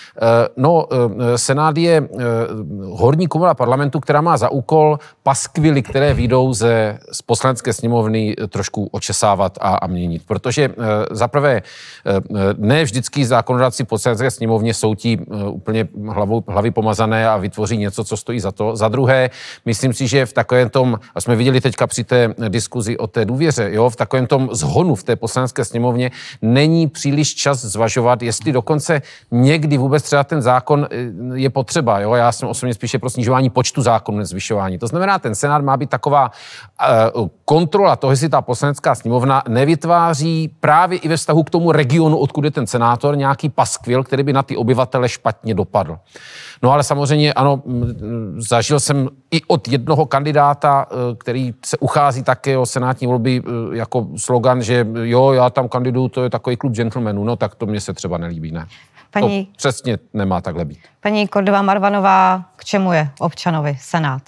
Senát je horní komora parlamentu, která má za úkol paskvily, které vyjdou z poslanecké sněmovny trošku očesávat a měnit. Protože zaprvé ne vždycky zákonodárci v poslanecké sněmovně jsou ti úplně hlavy pomazané a vytvoří něco, co stojí za to. Za druhé, myslím si, že v takovém tom, a jsme viděli teďka při té diskuzi o té důvěře, jo, v takovém tom zhonu v té poslanecké sněmovně není příliš čas zvažovat, jestli dokonce někdy vůbec třeba ten zákon je potřeba. Jo? Já jsem osobně spíše pro snižování počtu zákonů než zvyšování. To znamená, ten Senát má být taková kontrola toho, jestli ta poslanecká sněmovna nevytváří právě i ve vztahu k tomu regionu, odkud je ten senátor, nějaký paskvil, který by na ty obyvatele špatně dopadl. No ale samozřejmě ano, ano, zažil jsem i od jednoho kandidáta, který se uchází také o senátní volby, jako slogan, že jo, já tam kandiduju, to je takový klub gentlemanů, no tak to mně se třeba nelíbí, ne? To přesně nemá takhle být. Paní Kordová Marvanová, k čemu je občanovi Senát?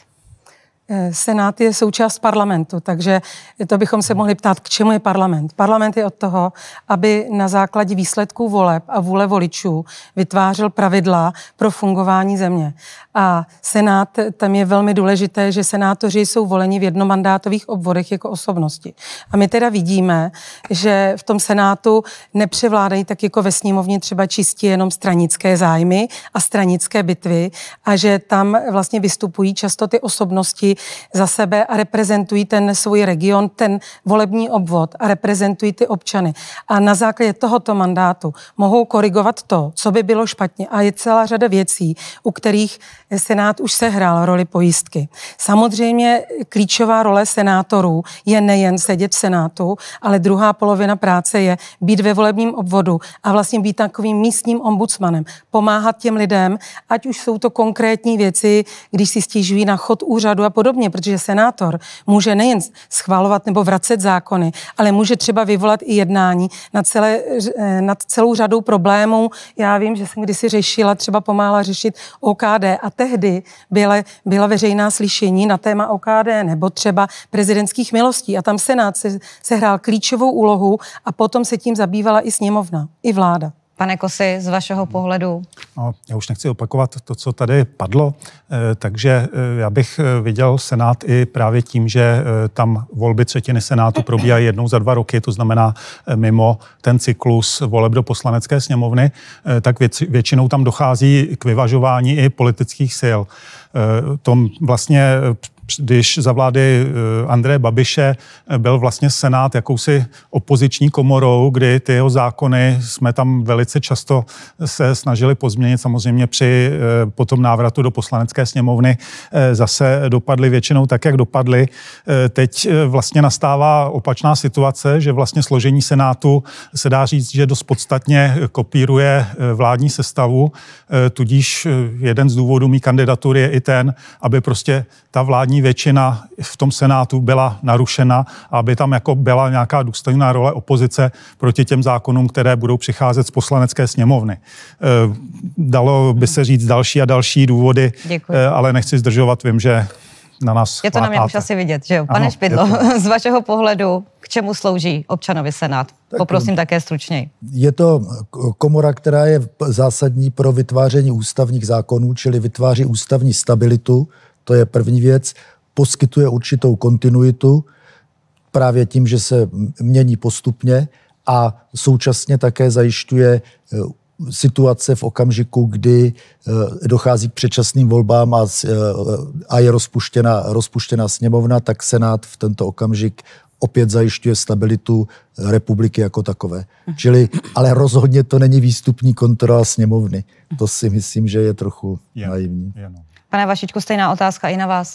Senát je součást parlamentu, takže to bychom se mohli ptát, k čemu je parlament. Parlament je od toho, aby na základě výsledků voleb a vůle voličů vytvářel pravidla pro fungování země. A Senát, tam je velmi důležité, že senátoři jsou voleni v jednomandátových obvodech jako osobnosti. A my teda vidíme, že v tom Senátu nepřevládají tak jako ve sněmovně třeba čistě jenom stranické zájmy a stranické bitvy a že tam vlastně vystupují často ty osobnosti za sebe a reprezentují ten svůj region, ten volební obvod a reprezentují ty občany. A na základě tohoto mandátu mohou korigovat to, co by bylo špatně. A je celá řada věcí, u kterých Senát už sehrál roli pojistky. Samozřejmě klíčová role senátorů je nejen sedět v Senátu, ale druhá polovina práce je být ve volebním obvodu a vlastně být takovým místním ombudsmanem, pomáhat těm lidem, ať už jsou to konkrétní věci, když si stěžují na chod úřadu a podobně, protože senátor může nejen schvalovat nebo vracet zákony, ale může třeba vyvolat i jednání nad celou řadou problémů. Já vím, že jsem kdysi řešila, třeba pomáhala řešit OKD a tehdy byla veřejná slyšení na téma OKD nebo třeba prezidentských milostí a tam Senát sehrál klíčovou úlohu a potom se tím zabývala i sněmovna, i vláda. Pane Kosi, z vašeho pohledu? No, já už nechci opakovat to, co tady padlo, takže já bych viděl Senát i právě tím, že tam volby třetiny Senátu probíhají jednou za 2 roky, to znamená mimo ten cyklus voleb do Poslanecké sněmovny, tak většinou tam dochází k vyvažování i politických sil. Tom vlastně když za vlády Andreje Babiše byl vlastně Senát jakousi opoziční komorou, kdy ty jeho zákony jsme tam velice často se snažili pozměnit. Samozřejmě při potom návratu do Poslanecké sněmovny zase dopadly většinou tak, jak dopadly. Teď vlastně nastává opačná situace, že vlastně složení Senátu se dá říct, že dost podstatně kopíruje vládní sestavu, tudíž jeden z důvodů mý kandidatury je i ten, aby prostě ta vládní většina v tom Senátu byla narušena, aby tam jako byla nějaká důstojná role opozice proti těm zákonům, které budou přicházet z Poslanecké sněmovny. Dalo by se říct další a další důvody, ale nechci zdržovat, vím, že na nás je to na mě už asi vidět, že jo? Pane ano, Špidlo, z vašeho pohledu, k čemu slouží občanovi Senát? Poprosím také stručněji. Je to komora, která je zásadní pro vytváření ústavních zákonů, čili vytváří ústavní stabilitu, to je první věc, poskytuje určitou kontinuitu právě tím, že se mění postupně a současně také zajišťuje situace v okamžiku, kdy dochází k předčasným volbám a je rozpuštěna sněmovna, tak Senát v tento okamžik opět zajišťuje stabilitu republiky jako takové. Čili, ale rozhodně to není výstupní kontrola sněmovny. To si myslím, že je trochu naivní. Pane Vašičku, stejná otázka i na vás.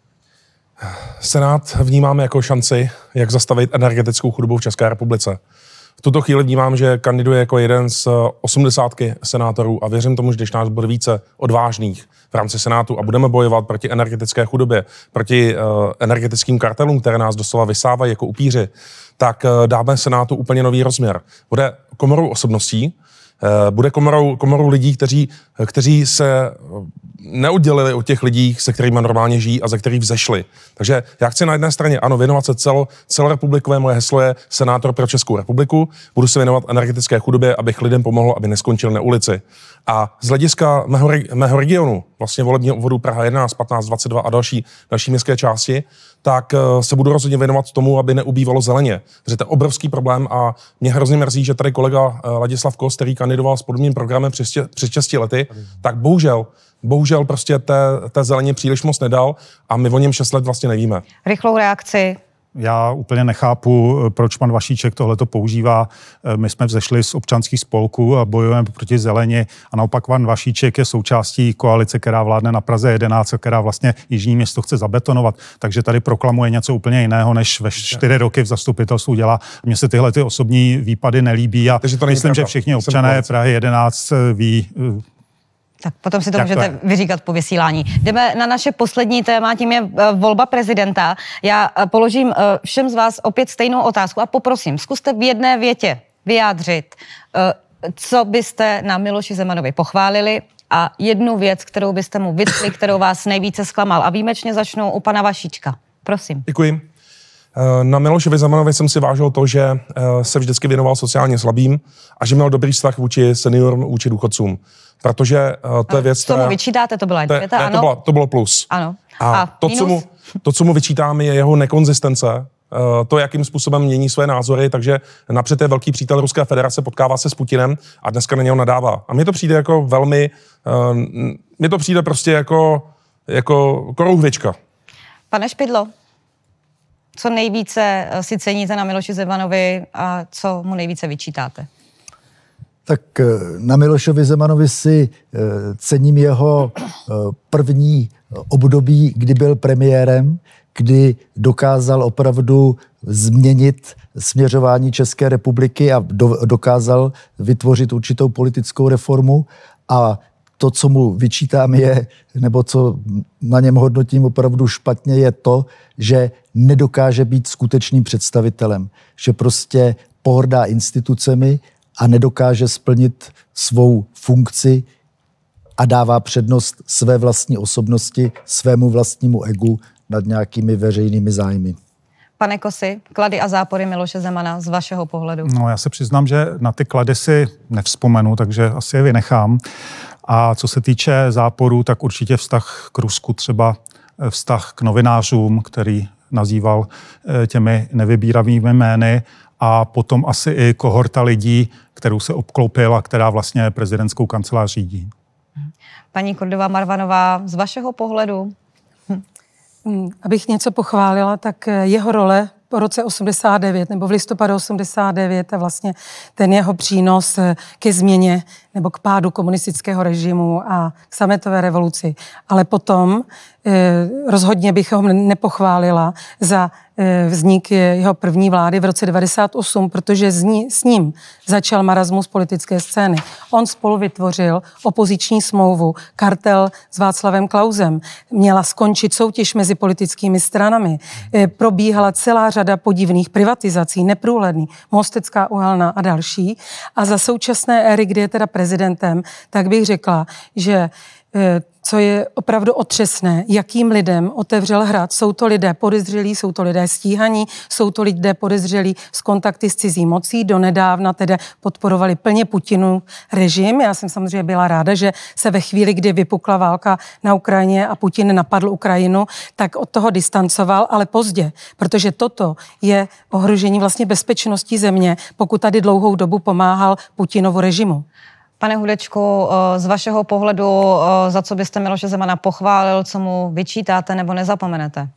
Senát vnímáme jako šanci, jak zastavit energetickou chudobu v České republice. V tuto chvíli vnímám, že kandiduje jako jeden z 80 senátorů a věřím tomu, že když nás bude více odvážných v rámci Senátu a budeme bojovat proti energetické chudobě, proti energetickým kartelům, které nás doslova vysávají jako upíři, tak dáme Senátu úplně nový rozměr. Bude komorou osobností, bude komorou lidí, kteří se neoddělili od těch lidí, se kterými normálně žijí a ze kterých vzešli. Takže já chci na jedné straně, ano, věnovat se celorepublikové, moje heslo je senátor pro Českou republiku, budu se věnovat energetické chudobě, abych lidem pomohl, aby neskončili na ulici. A z hlediska mého regionu, vlastně volebního obvodu Praha 11, 15, 22 a další městské části, tak se budu rozhodně věnovat tomu, aby neubývalo zeleně. Takže to je obrovský problém a mě hrozně mrzí, že tady kolega Ladislav Kos, který kandidoval s podobným programem před 6 lety, tak bohužel prostě té zeleně příliš moc nedal a my o něm 6 let vlastně nevíme. Rychlou reakci. Já úplně nechápu, proč pan Vašíček tohleto používá. My jsme vzešli z občanských spolků a bojujeme proti zeleni a naopak pan Vašíček je součástí koalice, která vládne na Praze 11, která vlastně Jižní Město chce zabetonovat. Takže tady proklamuje něco úplně jiného, než ve 4 roky v zastupitelstvu dělá. Mně se tyhle ty osobní výpady nelíbí a myslím, že všichni občané Prahy 11 ví, Tak potom si to můžete vyříkat po vysílání. Jdeme na naše poslední téma, tím je volba prezidenta. Já položím všem z vás opět stejnou otázku a poprosím, zkuste v jedné větě vyjádřit, co byste na Miloši Zemanovi pochválili a jednu věc, kterou byste mu vytkli, kterou vás nejvíce zklamal. A výjimečně začnu u pana Vašíčka. Prosím. Děkuji. Na Milošovi Zemanovi jsem si vážil to, že se vždycky věnoval sociálně slabým a že měl dobrý vztah vůči seniorům, vůči důchodcům. Protože to je věc, co mu vyčítáte, to byla věta, ano? To bylo plus. Ano. A to, co mu vyčítám, je jeho nekonzistence, to, jakým způsobem mění své názory, takže napřed je velký přítel Ruské federace, potkává se s Putinem a dneska na něho nadává. A mně to přijde jako velmi, mně to přijde prostě jako korouhvička. Pane Špidlo, co nejvíce si ceníte na Miloši Zemanovi a co mu nejvíce vyčítáte? Tak na Milošovi Zemanovi si cením jeho první období, kdy byl premiérem, kdy dokázal opravdu změnit směřování České republiky a dokázal vytvořit určitou politickou reformu. A to, co mu vyčítám je, nebo co na něm hodnotím opravdu špatně, je to, že nedokáže být skutečným představitelem. Že prostě pohrdá institucemi a nedokáže splnit svou funkci a dává přednost své vlastní osobnosti, svému vlastnímu egu nad nějakými veřejnými zájmy. Pane Kosi, klady a zápory Miloše Zemana z vašeho pohledu? No, já se přiznám, že na ty klady si nevzpomenu, takže asi je vynechám. A co se týče záporů, tak určitě vztah k Rusku, třeba vztah k novinářům, který nazýval těmi nevybíravými jmény, a potom asi i kohorta lidí, kterou se obklopil a která vlastně prezidentskou kancelář řídí. Paní Kordová Marvanová, z vašeho pohledu? Abych něco pochválila, tak jeho role po roce 89 nebo v listopadu 89 a vlastně ten jeho přínos ke změně nebo k pádu komunistického režimu a k sametové revoluci. Ale potom rozhodně bych ho nepochválila za vznik jeho první vlády v roce 98, protože s ním začal marasmus politické scény. On spolu vytvořil opoziční smlouvu, kartel s Václavem Klausem. Měla skončit soutěž mezi politickými stranami. Probíhala celá řada podivných privatizací, neprůhledný, Mostecká uhelná a další. A za současné éry, kdy je teda prezidentem, tak bych řekla, že co je opravdu otřesné, jakým lidem otevřel hrad. Jsou to lidé podezřelí, jsou to lidé stíhaní, jsou to lidé podezřelí z kontakty s cizí mocí. Donedávna tedy podporovali plně Putinův režim. Já jsem samozřejmě byla ráda, že se ve chvíli, kdy vypukla válka na Ukrajině a Putin napadl Ukrajinu, tak od toho distancoval, ale pozdě, protože toto je ohrožení vlastně bezpečnosti země, pokud tady dlouhou dobu pomáhal Putinovu režimu. Pane Hudečku, z vašeho pohledu, za co byste Miloše Zemana pochválil, co mu vyčítáte nebo nezapomenete?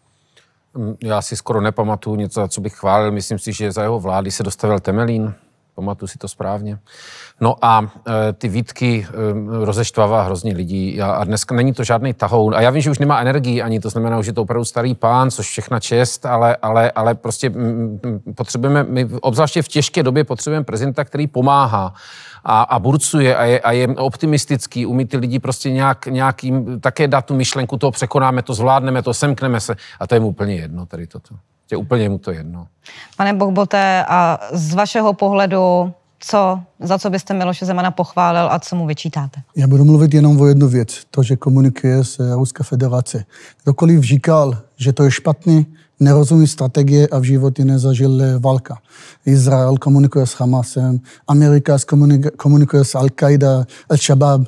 Já si skoro nepamatuju něco, za co bych chválil. Myslím si, že za jeho vlády se dostavil Temelín. Pamatuju si to správně. No a ty výtky rozeštvává hrozně lidí. A dneska není to žádný tahoun. A já vím, že už nemá energii ani, to znamená, že je to opravdu starý pán, což všechna čest, ale prostě potřebujeme, my obzvláště v těžké době potřebujeme prezidenta, který pomáhá a burcuje a je optimistický, umí ty lidi prostě nějakým také dát tu myšlenku, toho překonáme, to zvládneme, to semkneme se. A to je mu úplně jedno, tady toto. Je úplně mu to jedno. Pane Bohbote, a z vašeho pohledu, za co byste Miloše Zemana pochválil a co mu vyčítáte? Já budu mluvit jenom o jednu věc, to, že komunikuje s Ruskou federací. Kdokoliv říkal, že to je špatný, nerozumí strategie a v životě nezažil válka. Izrael komunikuje s Hamasem, Amerika komunikuje s Al-Qaida, Al-Shabaab.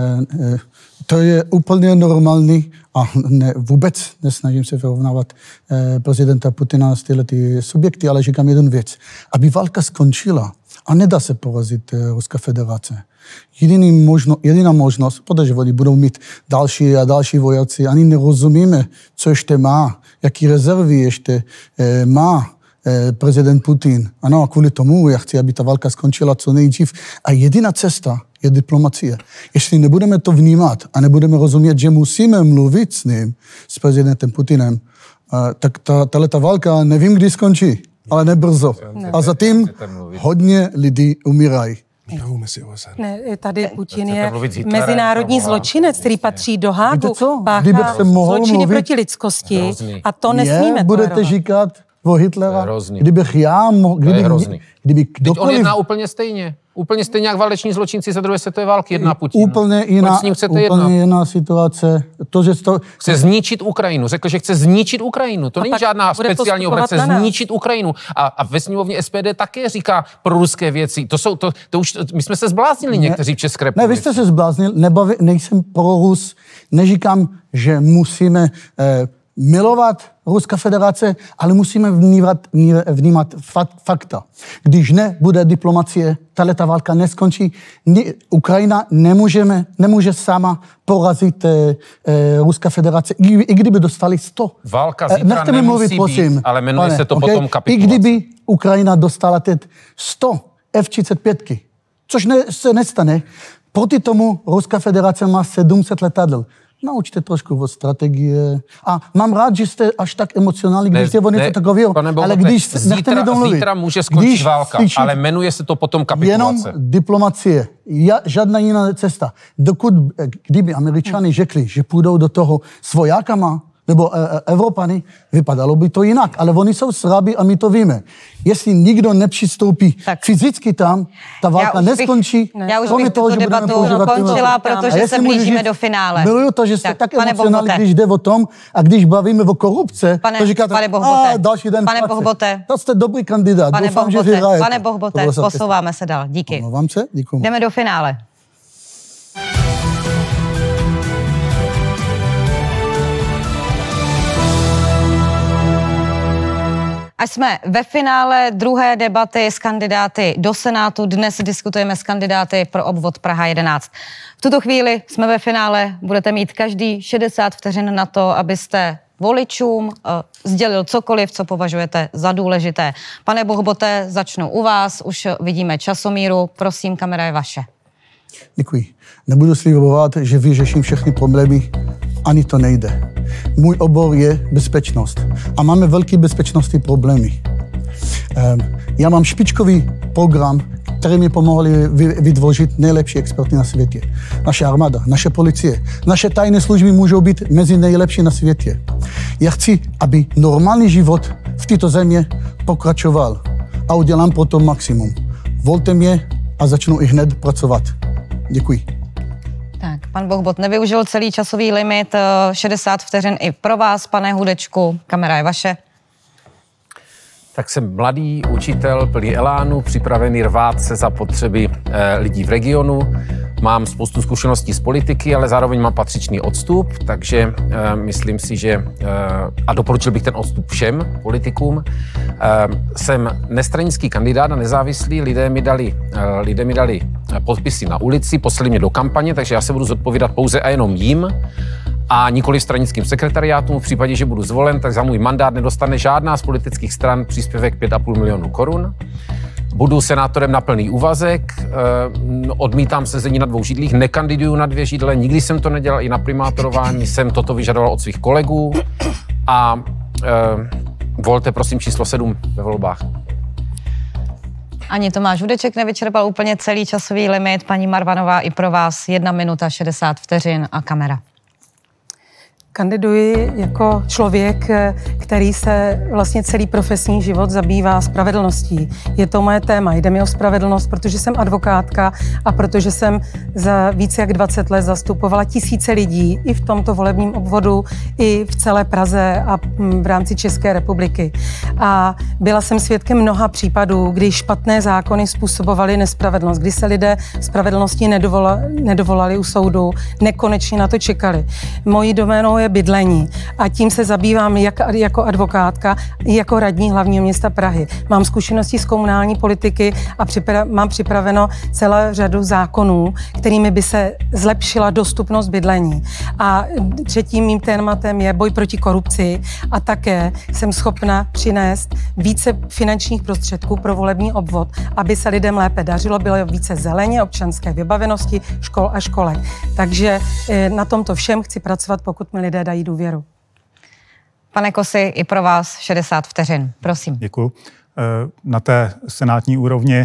To je úplně normální a vůbec nesnažím se vyrovnávat prezidenta Putina s tyhlety subjekty, ale říkám jednu věc. Aby válka skončila a nedá se porazit Ruská federace. Jediná možnost, protože oni budou mít další a další vojáci, ani nerozumíme, co ještě má, jaký rezervy ještě má prezident Putin. Ano, a kvůli tomu já chci, aby ta válka skončila co nejdřív. A jediná cesta je diplomacie. Jestli nebudeme to vnímat a nebudeme rozumět, že musíme mluvit s ním, s prezidentem Putinem, tak ta válka nevím, kdy skončí, ale nebrzo. A zatím hodně lidí umírají. Mírovou misi OSN. Ne, tady Putin Chcete je mluvit s Hitlerem, mezinárodní Pavla? zločinec, který patří do Hágu. Víte co? Páchá Kdybych se mohl zločiny mluvit- proti lidskosti Hrozný. a to nesmíme budete tolerovat. říkat o Hitlera, Hrozný. kdybych já mohl, To je hrozný. kdyby Teď on kdokoliv... jedná úplně stejně. Úplně stejně jak váleční zločinci za druhé světové války jedná Putin. Úplně Proč jiná, s ním chcete jednat? úplně jiná situace. To, že to, Chce zničit Ukrajinu. Řekl, že chce zničit Ukrajinu. To není pak žádná bude speciální postupovat operace. na nás. Zničit Ukrajinu. A ve sněmovně SPD také říká pro ruské věci. To už, my jsme se zbláznili někteří v České ne, republice. vy jste se zbláznil, nejsem pro Rus, neříkám, že musíme milovat Ruská federace, ale musíme vnímat fakta. Když nebude diplomacie, tato válka neskončí. Ukrajina nemůže sama porazit Ruská federace, i kdyby dostali 100. Válka zítra Nechte mi nemusí mluvit, prosím. být, ale jmenuje se to okay? potom kapitulace. I kdyby Ukrajina dostala teď 100 F-35, což se nestane, proti tomu Ruská federace má 700 letadel. Naučte trošku o strategie. A mám rád, že jste až tak emocionální, když jste o něco takového. Ale když zítra může skončit válka, ale jmenuje se to potom kapitulace. Jenom diplomacie. Žádná jiná cesta. Kdyby Američani řekli, že půjdou do toho s vojákama, nebo Evropany, vypadalo by to jinak. Ale oni jsou sráby a my to víme. Jestli nikdo nepřistoupí fyzicky tam, ta válka neskončí. Já už bych tuto debatu končila, protože se blížíme do finále. Miluju to, že jste tak emocionální, když jde o tom, a když bavíme o korupce, to říkáte, další den Pane Bohbote. To jste dobrý kandidát. Doufám, že vyhrajete. Pane Bohbote, posouváme se dál. Díky. Omlouvám se, děkuji. Jdeme do finále. A jsme ve finále druhé debaty s kandidáty do Senátu. Dnes diskutujeme s kandidáty pro obvod Praha 11. V tuto chvíli jsme ve finále. Budete mít každý 60 vteřin na to, abyste voličům sdělil cokoliv, co považujete za důležité. Pane Bohbote, začnu u vás. Už vidíme časomíru. Prosím, kamera je vaše. Děkuji. Nebudu slibovat, že vyřeším všechny problémy. Ani to nejde. Můj obor je bezpečnost. A máme velké bezpečnostní problémy. Já mám špičkový program, který mi pomohli vytvořit nejlepší experty na světě. Naše armáda, naše policie, naše tajné služby můžou být mezi nejlepší na světě. Já chci, aby normální život v této země pokračoval. A udělám pro to maximum. Volte mě a začnu i hned pracovat. Děkuji. Tak, pan Bohbot nevyužil celý časový limit, 60 vteřin i pro vás, pane Hudečku. Kamera je vaše. Tak jsem mladý učitel, plný elánu, připravený rvát se za potřeby lidí v regionu. Mám spoustu zkušeností z politiky, ale zároveň mám patřičný odstup, takže myslím si, že a doporučil bych ten odstup všem politikům. Jsem nestranický kandidát a nezávislý, lidé mi dali podpisy na ulici, poslali mě do kampaně, takže já se budu zodpovídat pouze a jenom jim a nikoli stranickým sekretariátům. V případě, že budu zvolen, tak za můj mandát nedostane žádná z politických stran příspěvek 5,5 milionu korun. Budu senátorem na plný úvazek, odmítám sezení na 2 židlích, nekandiduju na 2 židle, nikdy jsem to nedělal, i na primátorování jsem toto vyžadoval od svých kolegů a volte prosím číslo 7 ve volbách. Ani Tomáš Hudeček nevyčerpal úplně celý časový limit. Paní Marvanová, i pro vás 1 minuta 60 vteřin a kamera. Kandiduji jako člověk, který se vlastně celý profesní život zabývá spravedlností. Je to moje téma, jde mi o spravedlnost, protože jsem advokátka a protože jsem za více jak 20 let zastupovala tisíce lidí i v tomto volebním obvodu, i v celé Praze a v rámci České republiky. A byla jsem svědkem mnoha případů, kdy špatné zákony způsobovaly nespravedlnost, kdy se lidé spravedlnosti nedovolali u soudu, nekonečně na to čekali. Mojí doménou je bydlení a tím se zabývám jak jako advokátka, i jako radní hlavního města Prahy. Mám zkušenosti z komunální politiky a mám připraveno celou řadu zákonů, kterými by se zlepšila dostupnost bydlení. A třetím mým tématem je boj proti korupci a také jsem schopna přinést více finančních prostředků pro volební obvod, aby se lidem lépe dařilo, bylo více zeleně, občanské vybavenosti, škol a školek. Takže na tomto všem chci pracovat, pokud mi lidé dají důvěru. Pane Kosi, i pro vás 60 vteřin. Prosím. Děkuju. Na té senátní úrovni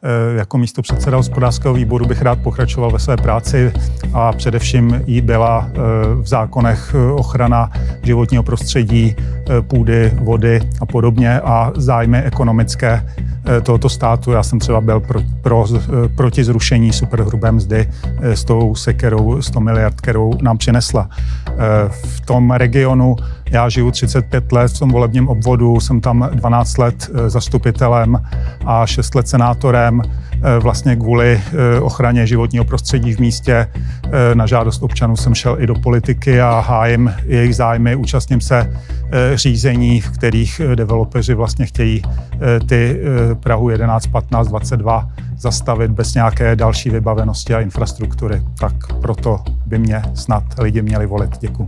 Jako místopředseda hospodářského výboru bych rád pokračoval ve své práci a především jí byla v zákonech ochrana životního prostředí, půdy, vody a podobně a zájmy ekonomické tohoto státu. Já jsem třeba byl proti zrušení superhrubé mzdy s tou sekerou 100 miliard, kterou nám přinesla. V tom regionu já žiju 35 let v tom volebním obvodu, jsem tam 12 let zastupitelem a 6 let senátorem vlastně kvůli ochraně životního prostředí v místě. Na žádost občanů jsem šel i do politiky a hájím jejich zájmy. Účastním se řízení, v kterých developeři vlastně chtějí ty Prahu 11, 15, 22 zastavit bez nějaké další vybavenosti a infrastruktury. Tak proto by mě snad lidi měli volit. Děkuju.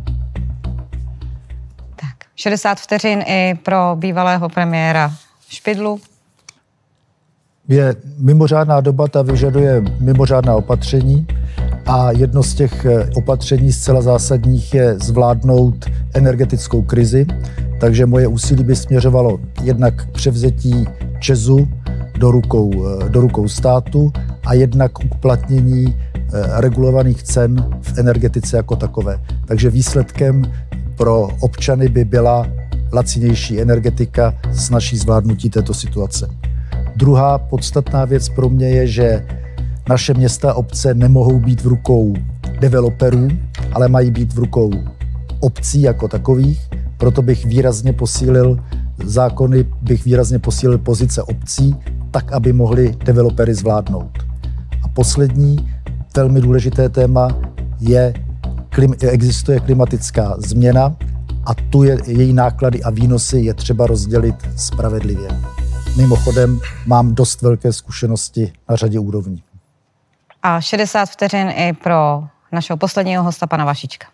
60 vteřin i pro bývalého premiéra Špidlu. Je mimořádná doba, ta vyžaduje mimořádná opatření a jedno z těch opatření zcela zásadních je zvládnout energetickou krizi, takže moje úsilí by směřovalo jednak k převzetí ČEZu do rukou státu a jednak k uplatnění regulovaných cen v energetice jako takové. Takže výsledkem pro občany by byla lacinější energetika s naší zvládnutí této situace. Druhá podstatná věc pro mě je, že naše města a obce nemohou být v rukou developerů, ale mají být v rukou obcí jako takových. Proto bych výrazně posílil zákony, bych výrazně posílil pozice obcí, tak, aby mohli developery zvládnout. A poslední velmi důležité téma existuje klimatická změna a tu její náklady a výnosy je třeba rozdělit spravedlivě. Mimochodem mám dost velké zkušenosti na řadě úrovní. A 60 vteřin i pro našeho posledního hosta, pana Vašíčka.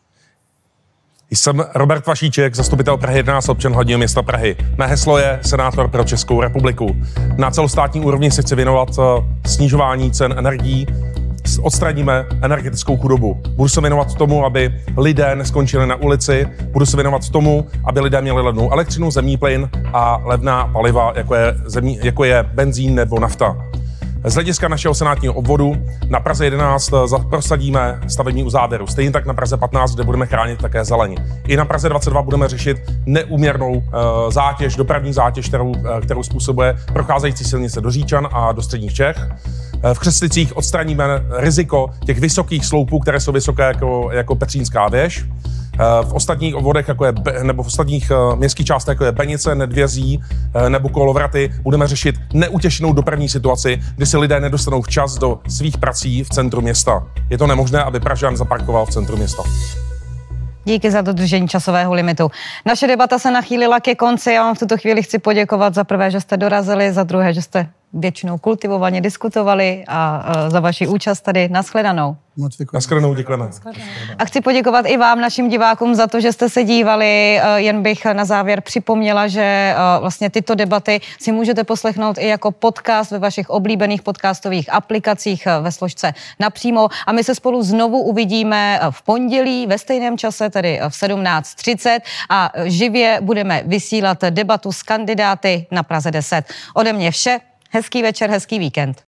Jsem Robert Vašíček, zastupitel Prahy 11, občan hlavního města Prahy. Mé heslo je senátor pro Českou republiku. Na celostátní úrovni se chci věnovat snižování cen energií, odstraníme energetickou chudobu. Budu se věnovat tomu, aby lidé neskončili na ulici, budu se věnovat tomu, aby lidé měli levnou elektřinu, zemní plyn a levná paliva, jako je benzín nebo nafta. Z hlediska našeho senátního obvodu na Praze 11 prosadíme stavební uzávěru. Stejně tak na Praze 15, kde budeme chránit také zeleň. I na Praze 22 budeme řešit neúměrnou zátěž, dopravní zátěž, kterou způsobuje procházející silnice do Říčan a do středních Čech. V Křeslicích odstraníme riziko těch vysokých sloupů, které jsou vysoké jako Petřínská věž. V ostatních obvodech, nebo v ostatních městských částech, jako je Benice, Nedvězí nebo Kolovraty, budeme řešit neutěšenou dopravní situaci, kdy si lidé nedostanou včas do svých prací v centru města. Je to nemožné, aby Pražan zaparkoval v centru města. Díky za dodržení časového limitu. Naše debata se nachýlila ke konci. Já vám v tuto chvíli chci poděkovat za prvé, že jste dorazili, za druhé, že jste většinou kultivovaně diskutovali a za vaši účast tady. Nashledanou. Nashledanou, děkujeme. A chci poděkovat i vám, našim divákům, za to, že jste se dívali. Jen bych na závěr připomněla, že vlastně tyto debaty si můžete poslechnout i jako podcast ve vašich oblíbených podcastových aplikacích ve složce Napřímo. A my se spolu znovu uvidíme v pondělí ve stejném čase, tedy v 17:30 a živě budeme vysílat debatu s kandidáty na Praze 10. Ode mě vše. Hezký večer, hezký víkend.